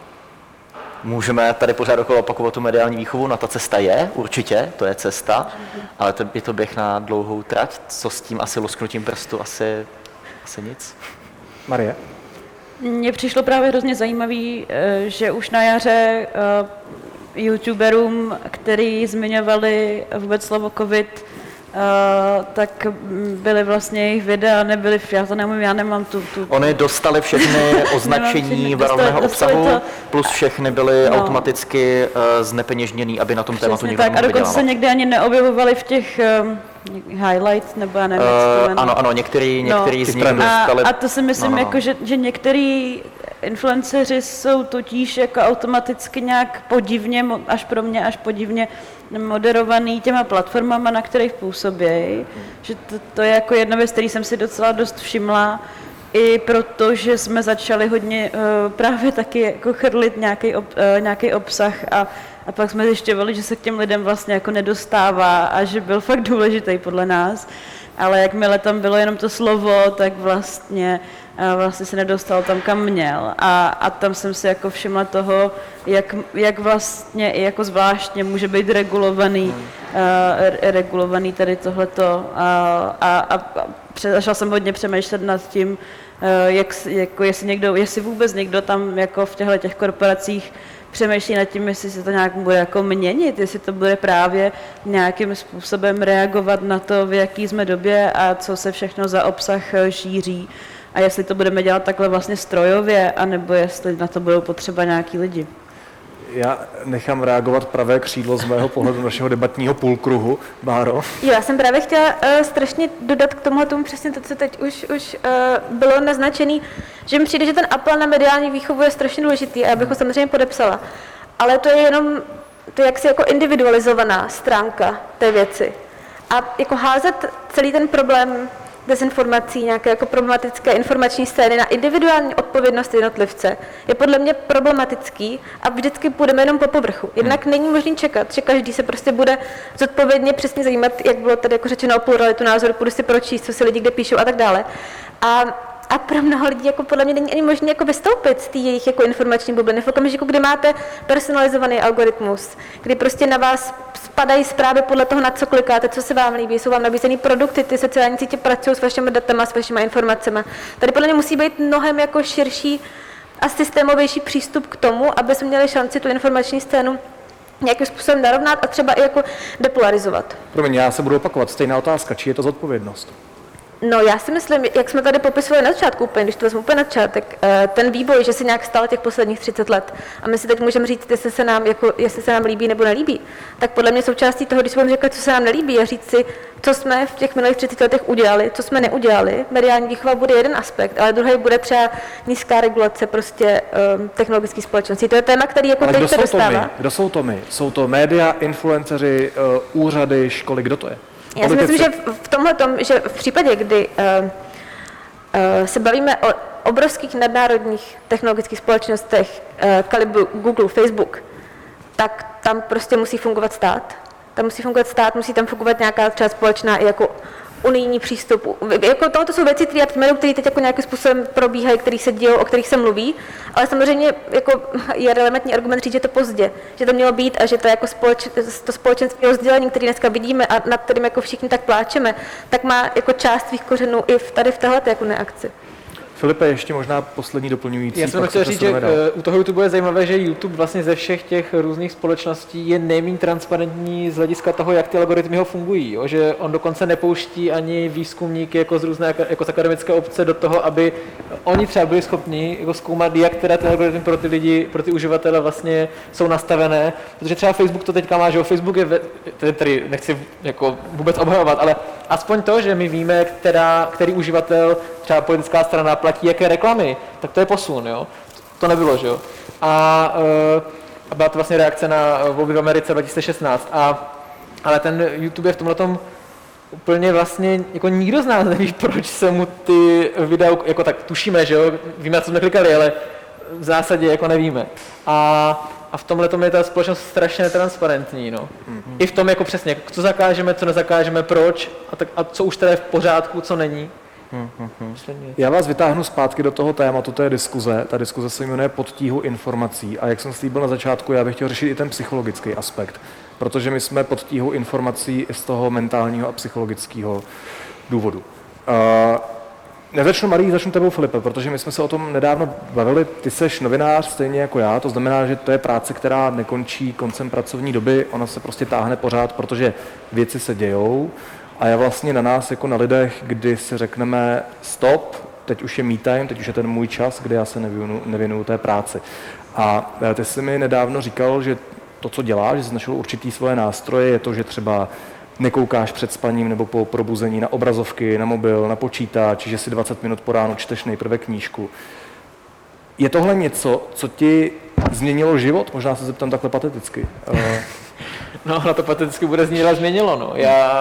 Můžeme tady pořád okolo opakovat tu mediální výchovu, no ta cesta je, určitě, to je cesta, ale je to běh na dlouhou trať, co s tím asi lusknutím prstu, asi nic. Marie? Mně přišlo právě hrozně zajímavý, že už na jaře youtuberům, který zmiňovali vůbec slovo covid, tak byly vlastně jejich videa, nebyly, já nemám tu... Oni dostali všechny označení varovného obsahu, plus všechny byly automaticky znepeněžněný, aby na tom tématu nikdo nemohl vydělávat. A dokonce se někdy ani neobjevovali v těch highlights, nebo já nevím, jak to ano, některý z nich dostali... A to si myslím, jako, že některý influenceři jsou totiž jako automaticky nějak podivně, až pro mě, až podivně moderovaný těma platformama, na kterých působí, že to je jako jedna věc, který jsem si docela dost všimla, i protože jsme začali hodně právě taky jako chrlit nějaký obsah a pak jsme zjišťovali, že se k těm lidem vlastně jako nedostává a že byl fakt důležitý podle nás, ale jakmile tam bylo jenom to slovo, tak vlastně se nedostal tam, kam měl. A tam jsem si jako všimla toho, jak vlastně i jako zvláštně může být regulovaný tady tohleto. A začala jsem hodně přemýšlet nad tím, jestli vůbec někdo tam jako v těchto korporacích přemýšlí nad tím, jestli se to nějak bude jako měnit, jestli to bude právě nějakým způsobem reagovat na to, v jaký jsme době a co se všechno za obsah šíří. A jestli to budeme dělat takhle vlastně strojově, anebo jestli na to budou potřeba nějaký lidi. Já nechám reagovat pravé křídlo z mého pohledu našeho debatního půlkruhu. Báro? Jo, já jsem právě chtěla strašně dodat k tomu přesně to, co teď už bylo naznačené, že mi přijde, že ten apel na mediální výchovu je strašně důležitý a já bych ho samozřejmě podepsala. Ale to je jenom to jaksi jako individualizovaná stránka té věci. A jako házet celý ten problém dezinformací, nějaké jako problematické informační scény na individuální odpovědnost jednotlivce je podle mě problematický a vždycky půjdeme jenom po povrchu. Jednak není možné čekat, že každý se prostě bude zodpovědně přesně zajímat, jak bylo tady jako řečeno o pluralitu názoru, půjdu si pročíst, co si lidi kde píšou a tak dále. A pro mnoho lidí jako podle mě není ani možné jako vystoupit z té jejich jako informační bubliny. V okamžiku, kdy máte personalizovaný algoritmus, kdy prostě na vás spadají zprávy podle toho, na co klikáte, co se vám líbí, jsou vám nabízený produkty, ty sociální sítě pracují s vašimi datama, s vašimi informacemi. Tady podle mě musí být mnohem jako širší a systémovější přístup k tomu, aby jsme měli šanci tu informační scénu nějakým způsobem narovnat a třeba i jako depolarizovat. Promiň, já se budu opakovat. Stejná otázka, čí je to zodpovědnost? No, já si myslím, jak jsme tady popisovali na začátku, úplně, když to vezmu úplně na začátek, ten vývoj, že se nějak stal těch posledních 30 let a my si teď můžeme říct, jestli se nám líbí nebo nelíbí, tak podle mě součástí toho, když budeme říkat, co se nám nelíbí, a říct si, co jsme v těch minulých 30 letech udělali, co jsme neudělali. Mediální výchova bude jeden aspekt, ale druhý bude třeba nízká regulace prostě technologické společnosti. To je téma, který jako teď se dostává. Kdo jsou to my? Jsou to média, influenceři, úřady, školy, kdo to je? Já si myslím, že v tomhletom, že v případě, kdy se bavíme o obrovských nadnárodních technologických společnostech kalibru Google, Facebook, tak tam prostě musí fungovat stát. Musí tam fungovat nějaká třeba společná i jako unijní přístup. Jako tohle jsou věci, které teď jako nějakým způsobem probíhají, které se dějou, o kterých se mluví, ale samozřejmě jako je relevantní argument říct, že to pozdě, že to mělo být a že to jako to společenské rozdělení, které dneska vidíme a nad kterým jako všichni tak pláčeme, tak má jako část svých kořenů i tady v téhle jako neakci. Filipe, ještě možná poslední doplňující. Já jsem chtěl říct, že u toho YouTube je zajímavé, že YouTube vlastně ze všech těch různých společností je nejméně transparentní z hlediska toho, jak ty algoritmy ho fungují. Jo? Že on dokonce nepouští ani výzkumníky jako z různé jako z akademické obce do toho, aby oni třeba byli schopni jako zkoumat, jak teda ty algoritmy pro ty lidi, pro ty uživatele vlastně jsou nastavené. Protože třeba Facebook to teďka má, že Facebook je, tady nechci jako vůbec obhajovat, ale aspoň to, že my víme, který uživatel, třeba politická strana, platí jaké reklamy, tak to je posun, jo. To nebylo, že jo. A byla to vlastně reakce na volby v Americe 2016. Ale ten YouTube je v tomhletom úplně vlastně, jako nikdo z nás neví, proč se mu ty videa, jako tak tušíme, že jo, víme, co jsme klikali, ale v zásadě jako nevíme. A v tomhletom je ta společnost strašně netransparentní, no. I v tom jako přesně, co zakážeme, co nezakážeme, proč a co už teda je v pořádku, co není. Já vás vytáhnu zpátky do toho tématu té diskuze. Ta diskuze se jmenuje Pod tíhu informací a jak jsem slíbil na začátku, já bych chtěl řešit i ten psychologický aspekt, protože my jsme pod tíhu informací i z toho mentálního a psychologického důvodu. Nezačnu Marii, začnu tebou, Filipe, protože my jsme se o tom nedávno bavili. Ty seš novinář stejně jako já, to znamená, že to je práce, která nekončí koncem pracovní doby, ona se prostě táhne pořád, protože věci se dějou A je vlastně na nás jako na lidech, kdy si řekneme stop, teď už je me time, teď už je ten můj čas, kdy já se nevěnuju té práci. A ty jsi mi nedávno říkal, že to, co děláš, že jsi našel určitý svoje nástroje, je to, že třeba nekoukáš před spaním nebo po probuzení na obrazovky, na mobil, na počítač, že si 20 minut po ránu čteš nejprve knížku. Je tohle něco, co ti změnilo život? Možná se zeptám takhle pateticky. No, na to pateticky bude znít, ale změnilo. No.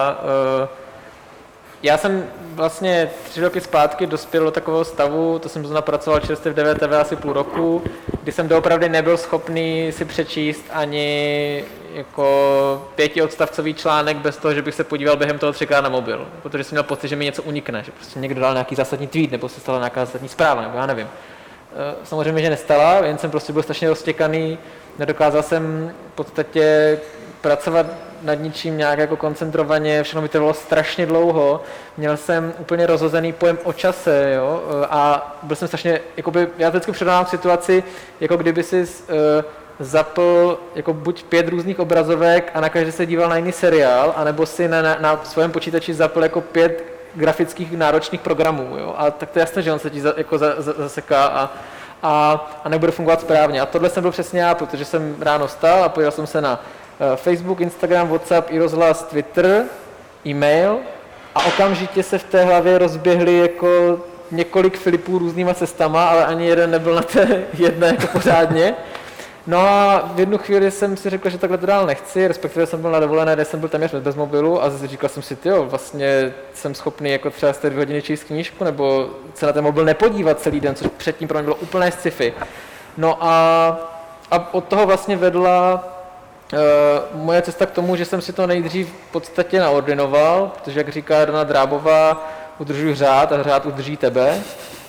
Já jsem vlastně 3 roky zpátky dospěl do takového stavu, to jsem zrovna pracoval čerstvě v DVTV asi půl roku, kdy jsem doopravdy nebyl schopný si přečíst ani jako 5odstavcový článek bez toho, že bych se podíval během toho 3krát na mobil, protože jsem měl pocit, že mi něco unikne, že prostě někdo dal nějaký zásadní tweet, nebo se stala nějaká zásadní zpráva, nebo já nevím. Samozřejmě, že nestala, jen jsem prostě byl strašně roztěkaný, nedokázal jsem v podstatě pracovat nad ničím nějak jako koncentrovaně, všechno mi trvalo strašně dlouho, měl jsem úplně rozhozený pojem o čase, jo, a byl jsem strašně, jakoby, já vždycky předávám situaci, jako kdyby si zapl jako buď 5 různých obrazovek a na každý se díval na jiný seriál, anebo si na svém počítači zapl jako 5 grafických náročných programů, jo, a tak to je jasné, že on se ti zaseká a nebude fungovat správně. A tohle jsem byl přesně já, protože jsem ráno vstal a podíval jsem se na Facebook, Instagram, WhatsApp, iRozhlas, Twitter, e-mail a okamžitě se v té hlavě rozběhly jako několik Filipů různýma cestama, ale ani jeden nebyl na té jedné jako pořádně. No a v jednu chvíli jsem si řekl, že takhle to dál nechci, respektive jsem byl na dovolené, kde jsem byl téměř bez mobilu a říkal jsem si, vlastně jsem schopný jako třeba z té 2 hodiny číst knížku nebo se na ten mobil nepodívat celý den, což předtím pro mě bylo úplné sci-fi. No a od toho vlastně vedla moje cesta k tomu, že jsem si to nejdřív v podstatě naordinoval, protože jak říká Dana Drábová, udržuj řád a řád udrží tebe.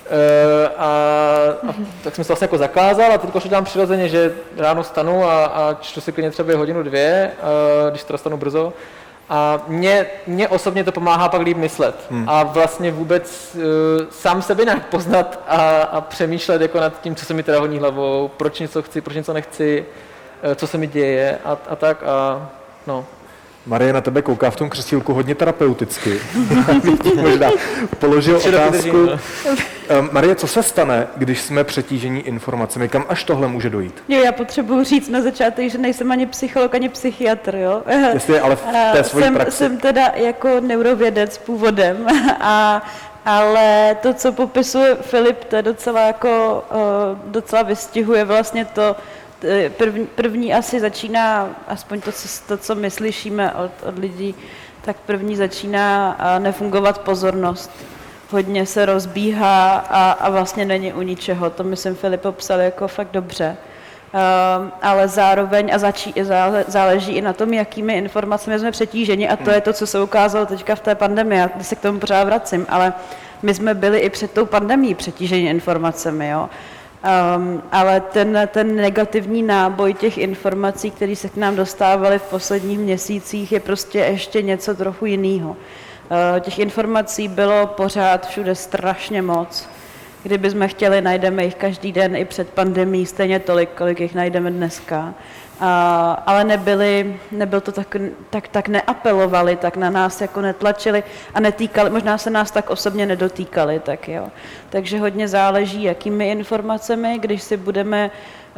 Tak jsem se vlastně jako zakázal a teď už to dělám přirozeně, že ráno stanu a čtu si klidně třeba 1 2 hodiny, když teda stanu brzo. A mně osobně to pomáhá pak líp myslet a vlastně vůbec sám sebe nějak poznat a přemýšlet jako nad tím, co se mi teda hodí hlavou, proč něco chci, proč něco nechci, co se mi děje a tak a no. Marie na tebe kouká v tom křesílku hodně terapeuticky. Možná položil otázku. Marie, co se stane, když jsme přetížení informacemi? Kam až tohle může dojít? Jo, já potřebuji říct na začátek, že nejsem ani psycholog, ani psychiatr, jo. Jestli ale v té svojí praxi. Jsem teda jako neurovědec původem, ale to, co popisuje Filip, to je docela vystihuje vlastně to, první asi začíná, aspoň to, co my slyšíme od lidí, tak první začíná nefungovat pozornost. Hodně se rozbíhá a vlastně není u ničeho. To myslím Filip popsal jako fakt dobře. Ale zároveň záleží i na tom, jakými informacemi jsme přetíženi a to je to, co se ukázalo teďka v té pandemii. Já se k tomu pořád vracím, ale my jsme byli i před tou pandemií přetíženi informacemi, jo. Ale ten negativní náboj těch informací, které se k nám dostávaly v posledních měsících, je prostě ještě něco trochu jiného. Těch informací bylo pořád všude strašně moc. Kdybychom chtěli, najdeme jich každý den i před pandemií stejně tolik, kolik jich najdeme dneska. Ale nebyl to tak neapelovali, tak na nás jako netlačili a netýkali, možná se nás tak osobně nedotýkali, tak jo. Takže hodně záleží, jakými informacemi, když si budeme,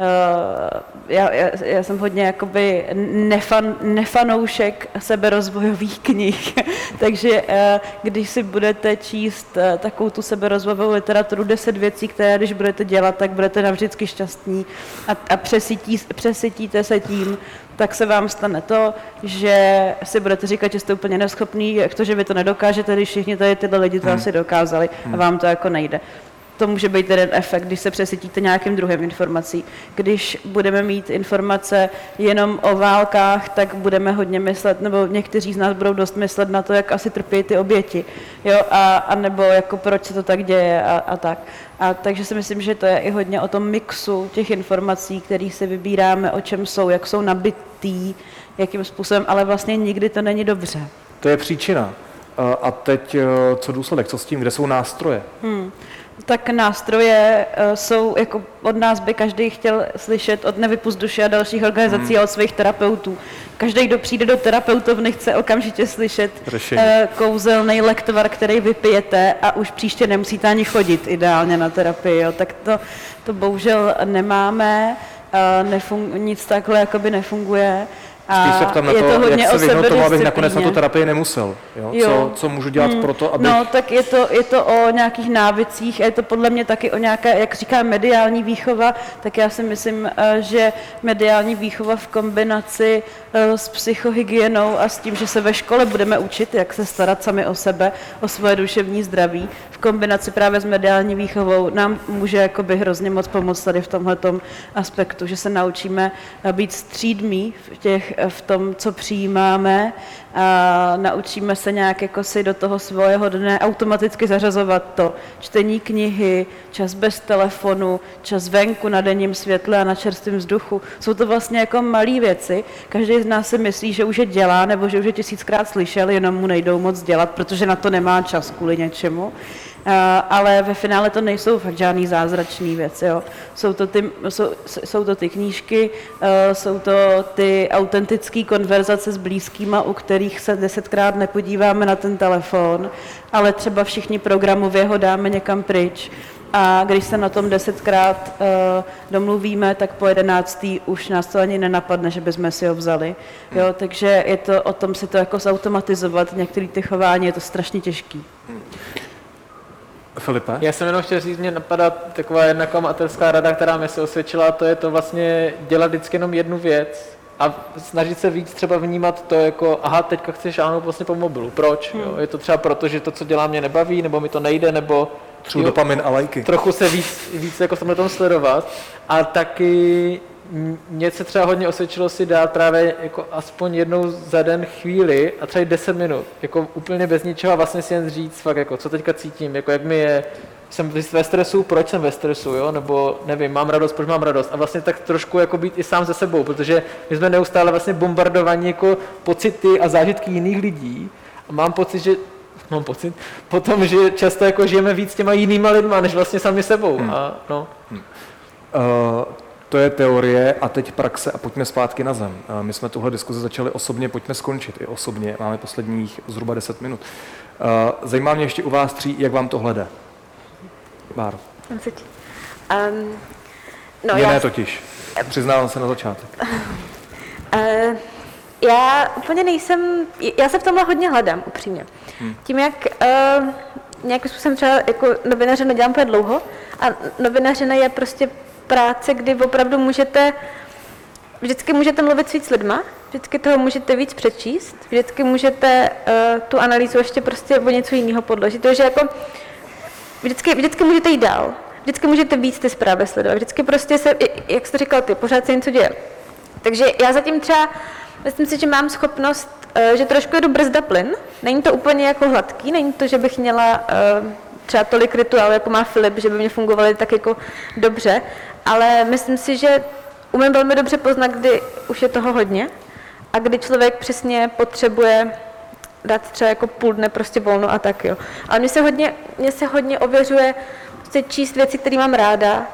já jsem hodně jakoby nefanoušek seberozvojových knih, takže když si budete číst takovou tu seberozvojovou literaturu 10 věcí, které když budete dělat, tak budete navždycky šťastní a přesytíte se tím, tak se vám stane to, že si budete říkat, že jste úplně neschopný, jak to, že vy to nedokážete, když všichni tady tyhle lidi to asi dokázali a vám to jako nejde. To může být jeden efekt, když se přesytíte nějakým druhým informací. Když budeme mít informace jenom o válkách, tak budeme hodně myslet, nebo někteří z nás budou dost myslet na to, jak asi trpí ty oběti, jo, a nebo jako proč se to tak děje a tak. A takže si myslím, že to je i hodně o tom mixu těch informací, které si vybíráme, o čem jsou, jak jsou nabitý, jakým způsobem, ale vlastně nikdy to není dobře. To je příčina. A teď co důsledek, co s tím, kde jsou nástroje? tak nástroje jsou, jako od nás by každý chtěl slyšet od Nevypust duše a dalších organizací a od svých terapeutů. Každý, kdo přijde do terapeutovny, chce okamžitě slyšet kouzelný lektvar, který vypijete a už příště nemusíte ani chodit ideálně na terapii. Jo. Tak to bohužel nemáme, nic takhle jakoby nefunguje. Spíš se ptám na to, jak se vyhnout tomu, abych nakonec na tu terapii nemusel. Jo? Co můžu dělat pro to, abych... No, tak je to o nějakých návicích a je to podle mě taky o nějaké, jak říká mediální výchova, tak já si myslím, že mediální výchova v kombinaci s psychohygienou a s tím, že se ve škole budeme učit, jak se starat sami o sebe, o svoje duševní zdraví, v kombinaci právě s mediální výchovou nám může jakoby hrozně moc pomoct tady v tomhletom aspektu, že se naučíme být střídmí v tom, co přijímáme a naučíme se nějak jako si do toho svého dne automaticky zařazovat to čtení knihy, čas bez telefonu, čas venku na denním světle a na čerstvém vzduchu. Jsou to vlastně jako malé věci. Každý z nás si myslí, že už je dělá nebo že už je 1000krát slyšel, jenom mu nejdou moc dělat, protože na to nemá čas kvůli něčemu. Ale ve finále to nejsou fakt žádný zázračný věci. Jo. Jsou to ty knížky, jsou to ty autentické konverzace s blízkýma, u kterých se 10krát nepodíváme na ten telefon, ale třeba všichni programově ho dáme někam pryč. A když se na tom 10krát domluvíme, tak po 11. už nás to ani nenapadne, že bychom si ho vzali. Jo, takže je to o tom si to jako zautomatizovat. Některé ty chování je to strašně těžký. Filipe? Já jsem jenom chtěl říct, mě napadá taková jedna amatérská rada, která mi se osvědčila, a to je to vlastně dělat vždycky jenom jednu věc a snažit se víc třeba vnímat to jako, aha, teďka chci šáhnout vlastně po mobilu. Proč? Jo? Je to třeba proto, že to, co dělám, mě nebaví, nebo mi to nejde, nebo třeba dopamin a lajky. Trochu se víc jako v tomhle sledovat. A taky mně se třeba hodně osvědčilo si dát právě jako aspoň jednou za den chvíli a třeba 10 minut, jako úplně bez ničeho a vlastně si jen říct fakt jako, co teďka cítím, jako jak mi je, jsem ve stresu, proč jsem ve stresu, jo, nebo nevím, mám radost, proč mám radost a vlastně tak trošku jako být i sám se sebou, protože my jsme neustále vlastně bombardovaní jako pocity a zážitky jiných lidí a mám pocit potom, že často jako žijeme víc těma jinýma lidma, než vlastně sami sebou. A, no. To je teorie a teď praxe a pojďme zpátky na zem. My jsme tuhle diskuzi začali osobně, pojďme skončit i osobně. Máme posledních zhruba 10 minut. Zajímá mě ještě u vás 3, jak vám tohle jde. Báro. Ne totiž. Přiznávám se na začátek. Já úplně nejsem, já se v tomhle hodně hledám, upřímně. Tím, jak nějakým způsobem třeba jako novinařina dělám úplně dlouho a novinařina je prostě práce, kdy opravdu vždycky můžete mluvit s víc lidma, vždycky toho můžete víc přečíst, vždycky můžete tu analýzu ještě prostě o něco jiného podložit, takže jako vždycky můžete jít dál, vždycky můžete víc ty zprávy sledovat, vždycky prostě se, jak jsi říkal ty, pořád se něco děje. Takže já zatím třeba, myslím si, že mám schopnost, že trošku jedu brzda plyn, není to úplně jako hladký, není to, že bych měla třeba tolik rituálů, jako má Filip, že by mě fungovaly tak jako dobře, ale myslím si, že umím velmi dobře poznat, kdy už je toho hodně a kdy člověk přesně potřebuje dát třeba jako půl dne prostě volno a tak, jo. Ale mě se hodně ověřuje prostě číst věci, které mám ráda.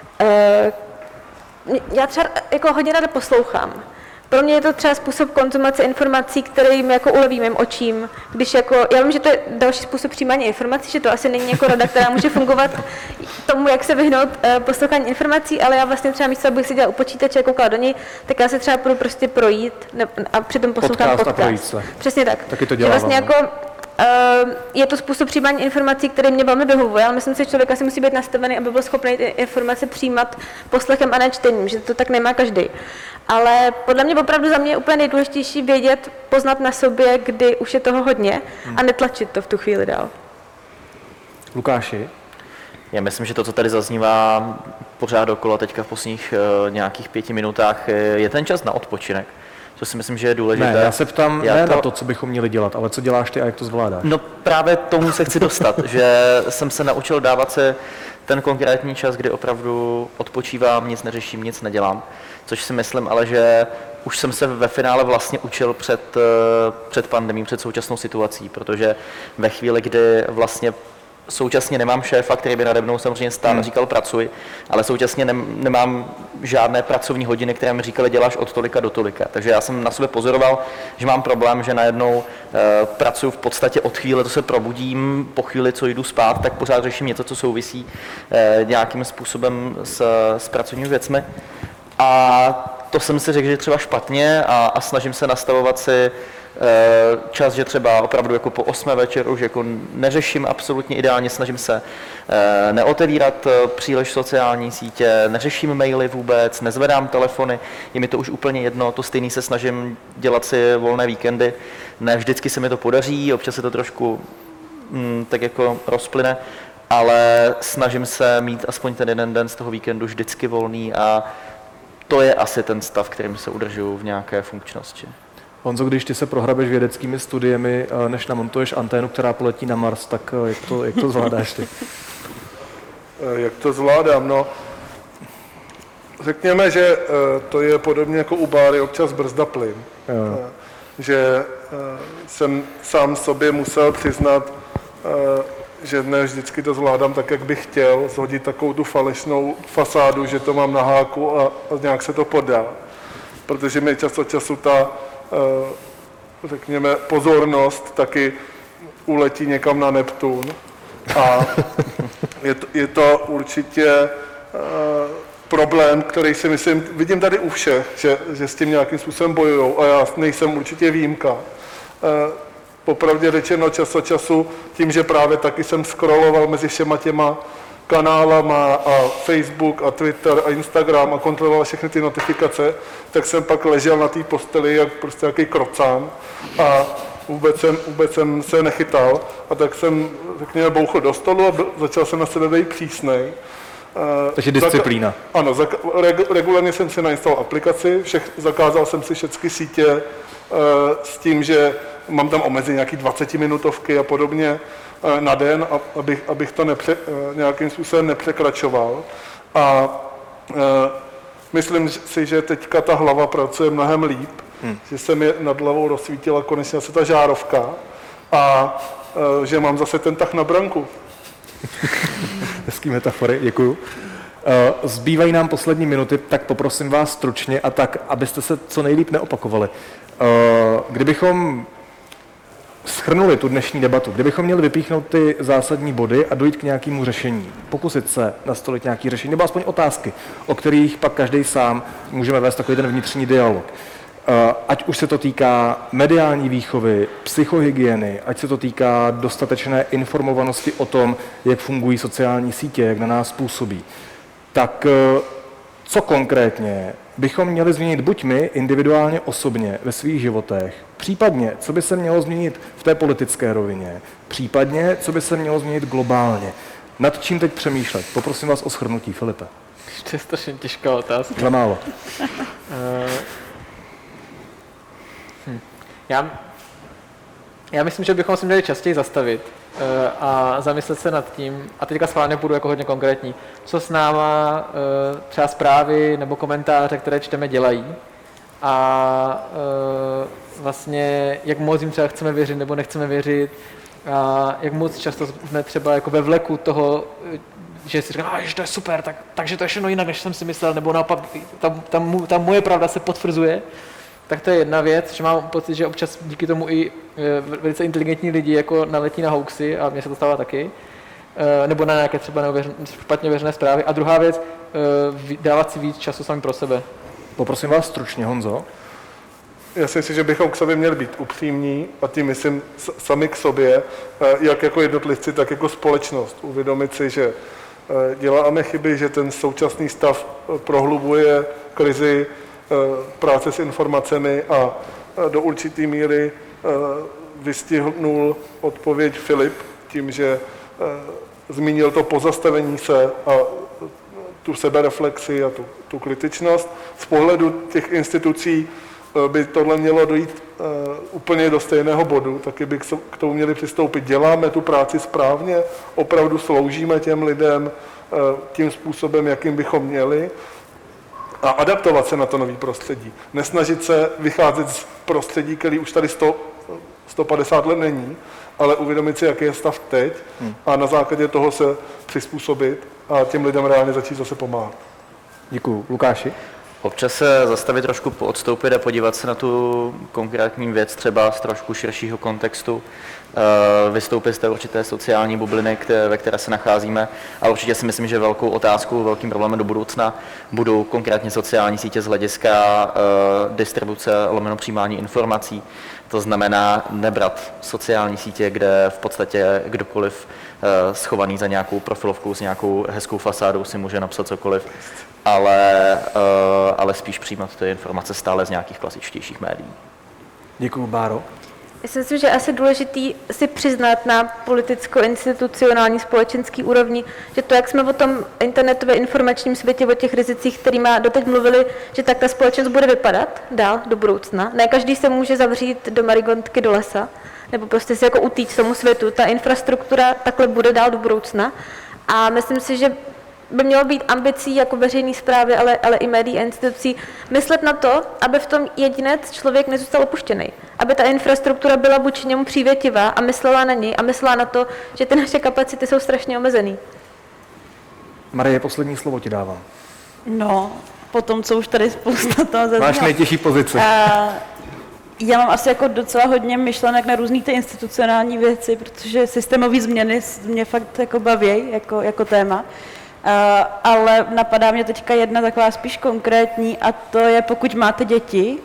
Já třeba jako hodně ráda poslouchám. Pro mě je to třeba způsob konzumace informací, který mi jako uleví mým očím, když jako, já vím, že to je další způsob přijímání informací, že to asi není jako rada, která může fungovat tomu, jak se vyhnout poslouchání informací, ale já vlastně třeba místo, abych si dělala u počítače a koukala do něj, tak já se třeba půjdu prostě projít a přitom poslouchám podcast. Přesně tak. Taky to dělám. Vlastně jako, je to způsob přijímání informací, který mě velmi vyhovuje, ale myslím si, že člověk asi musí být nastavený, aby byl schopný ty informace přijímat poslechem a ne čtením, že to tak nemá každý. Ale podle mě opravdu za mě je úplně nejdůležitější vědět, poznat na sobě, kdy už je toho hodně a netlačit to v tu chvíli dál. Lukáši? Já myslím, že to, co tady zaznívá pořád okolo teďka v posledních nějakých 5 minutách, je ten čas na odpočinek. To si myslím, že je důležité. Ne, já se ptám na to, co bychom měli dělat, ale co děláš ty a jak to zvládáš? No právě tomu se chci dostat, že jsem se naučil dávat se ten konkrétní čas, kdy opravdu odpočívám, nic neřeším, nic nedělám. Což si myslím, ale že už jsem se ve finále vlastně učil před pandemií, před současnou situací, protože ve chvíli, kdy vlastně současně nemám šéfa, který by nade mnou samozřejmě stál a říkal pracuj, ale současně nemám žádné pracovní hodiny, které mi říkali děláš od tolika do tolika. Takže já jsem na sebe pozoroval, že mám problém, že najednou pracuji v podstatě od chvíle, to se probudím, po chvíli, co jdu spát, tak pořád řeším něco, co souvisí nějakým způsobem s pracovními věcmi. A to jsem si řekl, že je třeba špatně a snažím se nastavovat si čas, že třeba opravdu jako po 8 večer už jako neřeším absolutně ideálně, snažím se neotevírat příliš sociální sítě, neřeším maily vůbec, nezvedám telefony, je mi to už úplně jedno, to stejný se snažím dělat si volné víkendy, ne vždycky se mi to podaří, občas se to trošku tak jako rozplyne, ale snažím se mít aspoň ten jeden den z toho víkendu vždycky volný a to je asi ten stav, kterým se udržuju v nějaké funkčnosti. Honzo, když ty se prohrabeš vědeckými studiemi, než namontuješ anténu, která poletí na Mars, tak jak to zvládáš ty? Jak to zvládám? No, řekněme, že to je podobně jako u Báry občas brzda plyn. Že jsem sám sobě musel přiznat, že ne vždycky to zvládám tak, jak bych chtěl, zhodit takovou tu falešnou fasádu, že to mám na háku a nějak se to podá. Protože mi čas od času ta, řekněme, pozornost taky uletí někam na Neptun. A je to určitě problém, který si myslím, vidím tady u všech, že s tím nějakým způsobem bojujou a já nejsem určitě výjimka. Popravdě řečeno čas od času, tím, že právě taky jsem scrolloval mezi všema těma kanálama a Facebook a Twitter a Instagram a kontroloval všechny ty notifikace, tak jsem pak ležel na té posteli jak prostě nějaký krocán a vůbec jsem se nechytal a tak jsem, řekněme, bouchl do stolu a začal jsem na sebe být přísnej. Takže disciplína. Ano, regulárně jsem si nainstaloval aplikaci, zakázal jsem si všechny sítě s tím, že mám tam omezení nějaký 20-minutovky a podobně na den, abych to nějakým způsobem nepřekračoval. A myslím si, že teďka ta hlava pracuje mnohem líp, že se mi nad hlavou rozsvítila konečně se ta žárovka a že mám zase ten tah na branku. Hezký metafory, děkuju. Zbývají nám poslední minuty, tak poprosím vás stručně a tak, abyste se co nejlíp neopakovali. Kdybychom shrnuli tu dnešní debatu, kdybychom měli vypíchnout ty zásadní body a dojít k nějakému řešení, pokusit se nastolit nějaké řešení, nebo aspoň otázky, o kterých pak každý sám můžeme vést takový ten vnitřní dialog. Ať už se to týká mediální výchovy, psychohygieny, ať se to týká dostatečné informovanosti o tom, jak fungují sociální sítě, jak na nás působí. Tak co konkrétně bychom měli změnit buď my individuálně, osobně ve svých životech, případně co by se mělo změnit v té politické rovině, případně co by se mělo změnit globálně. Nad čím teď přemýšlet? Poprosím vás o shrnutí, Filipe. To je strašně těžká otázka. Za málo. Já myslím, že bychom si měli častěji zastavit a zamyslet se nad tím, a teďka schválně budu jako hodně konkrétní, co s náma třeba zprávy nebo komentáře, které čteme, dělají a vlastně jak moc jim třeba chceme věřit nebo nechceme věřit a jak moc často jsme třeba jako ve vleku toho, že si říkám, že to je super, takže to je všechno jinak, než jsem si myslel, nebo naopak ta moje pravda se potvrzuje. Tak to je jedna věc, že mám pocit, že občas díky tomu i velice inteligentní lidi jako naletí na hoaxy a mně se to stává taky, nebo na nějaké třeba špatně věřené zprávy. A druhá věc, dávat si víc času sami pro sebe. Poprosím vás stručně, Honzo. Já si myslím, že bychom k sobě měli být upřímní a tím myslím sami k sobě, jak jako jednotlivci, tak jako společnost. Uvědomit si, že děláme chyby, že ten současný stav prohlubuje krizi práce s informacemi a do určitý míry vystihnul odpověď Filip tím, že zmínil to pozastavení se a tu sebereflexi a tu kritičnost. Z pohledu těch institucí by tohle mělo dojít úplně do stejného bodu, taky by k tomu měli přistoupit. Děláme tu práci správně, opravdu sloužíme těm lidem tím způsobem, jakým bychom měli, a adaptovat se na to nový prostředí. Nesnažit se vycházet z prostředí, který už tady 150 let není, ale uvědomit si, jaký je stav teď a na základě toho se přizpůsobit a těm lidem reálně začít zase pomáhat. Děkuju. Lukáši? Občas se zastavit, trošku odstoupit a podívat se na tu konkrétní věc třeba z trošku širšího kontextu, vystoupit z té určité sociální bubliny, ve které se nacházíme. A určitě si myslím, že velkou otázkou, velkým problémem do budoucna budou konkrétně sociální sítě z hlediska distribuce lomeno přijímání informací. To znamená nebrat sociální sítě, kde v podstatě kdokoliv schovaný za nějakou profilovkou s nějakou hezkou fasádou si může napsat cokoliv, ale spíš přijímat ty informace stále z nějakých klasičtějších médií. Děkuju, Báro. Já si myslím, že je asi důležitý si přiznat na politicko-institucionální společenský úrovni, že to, jak jsme o tom internetovém informačním světě, o těch rizicích, kterými doteď mluvili, že tak ta společnost bude vypadat dál do budoucna. Ne každý se může zavřít do marigontky do lesa, nebo prostě si jako utíct tomu světu. Ta infrastruktura takhle bude dál do budoucna. A myslím si, že by mělo být ambicí jako veřejné správy, ale i médií a institucí myslet na to, aby v tom jedinec člověk nezůstal opuštěný. Aby ta infrastruktura byla vůči němu přívětivá a myslela na něj a myslela na to, že ty naše kapacity jsou strašně omezený. Marie, poslední slovo ti dávám. No, po tom, co už tady spousta toho zaznělo. Máš nejtěžší pozici. Já mám asi jako docela hodně myšlenek na různý ty institucionální věci, protože systémové změny mě fakt jako baví jako téma. Ale napadá mě teďka jedna taková spíš konkrétní a to je, pokud máte děti,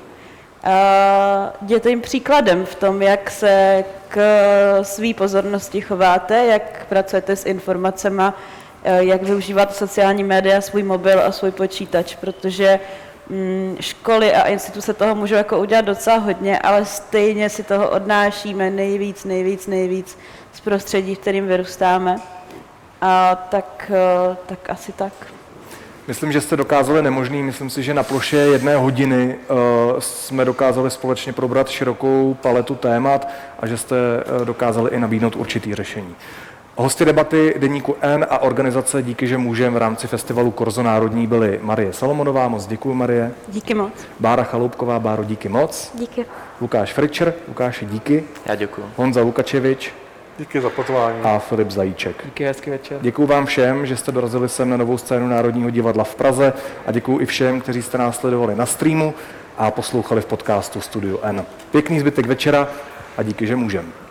jděte jim příkladem v tom, jak se k své pozornosti chováte, jak pracujete s informacemi, jak využíváte sociální média, svůj mobil a svůj počítač, protože školy a instituce toho můžou jako udělat docela hodně, ale stejně si toho odnášíme nejvíc z prostředí, v kterým vyrůstáme. Tak asi tak. Myslím, že jste dokázali nemožný. Myslím si, že na ploše 1 hodiny jsme dokázali společně probrat širokou paletu témat a že jste dokázali i nabídnout určitý řešení. Hosty debaty Deníku N a organizace Díky, že můžeme v rámci festivalu Korzo Národní byly Marie Salomonová, moc děkuji, Marie. Díky moc. Bára Chaloupková, Báro, díky moc. Díky. Lukáš Fričer, Lukáši, díky. Já děkuji. Honza Lukačevič. Díky za pozvání. A Filip Zajíček. Díky, hezký večer. Děkuji vám všem, že jste dorazili sem na novou scénu Národního divadla v Praze a děkuji i všem, kteří jste nás sledovali na streamu a poslouchali v podcastu Studio N. Pěkný zbytek večera a díky, že můžeme.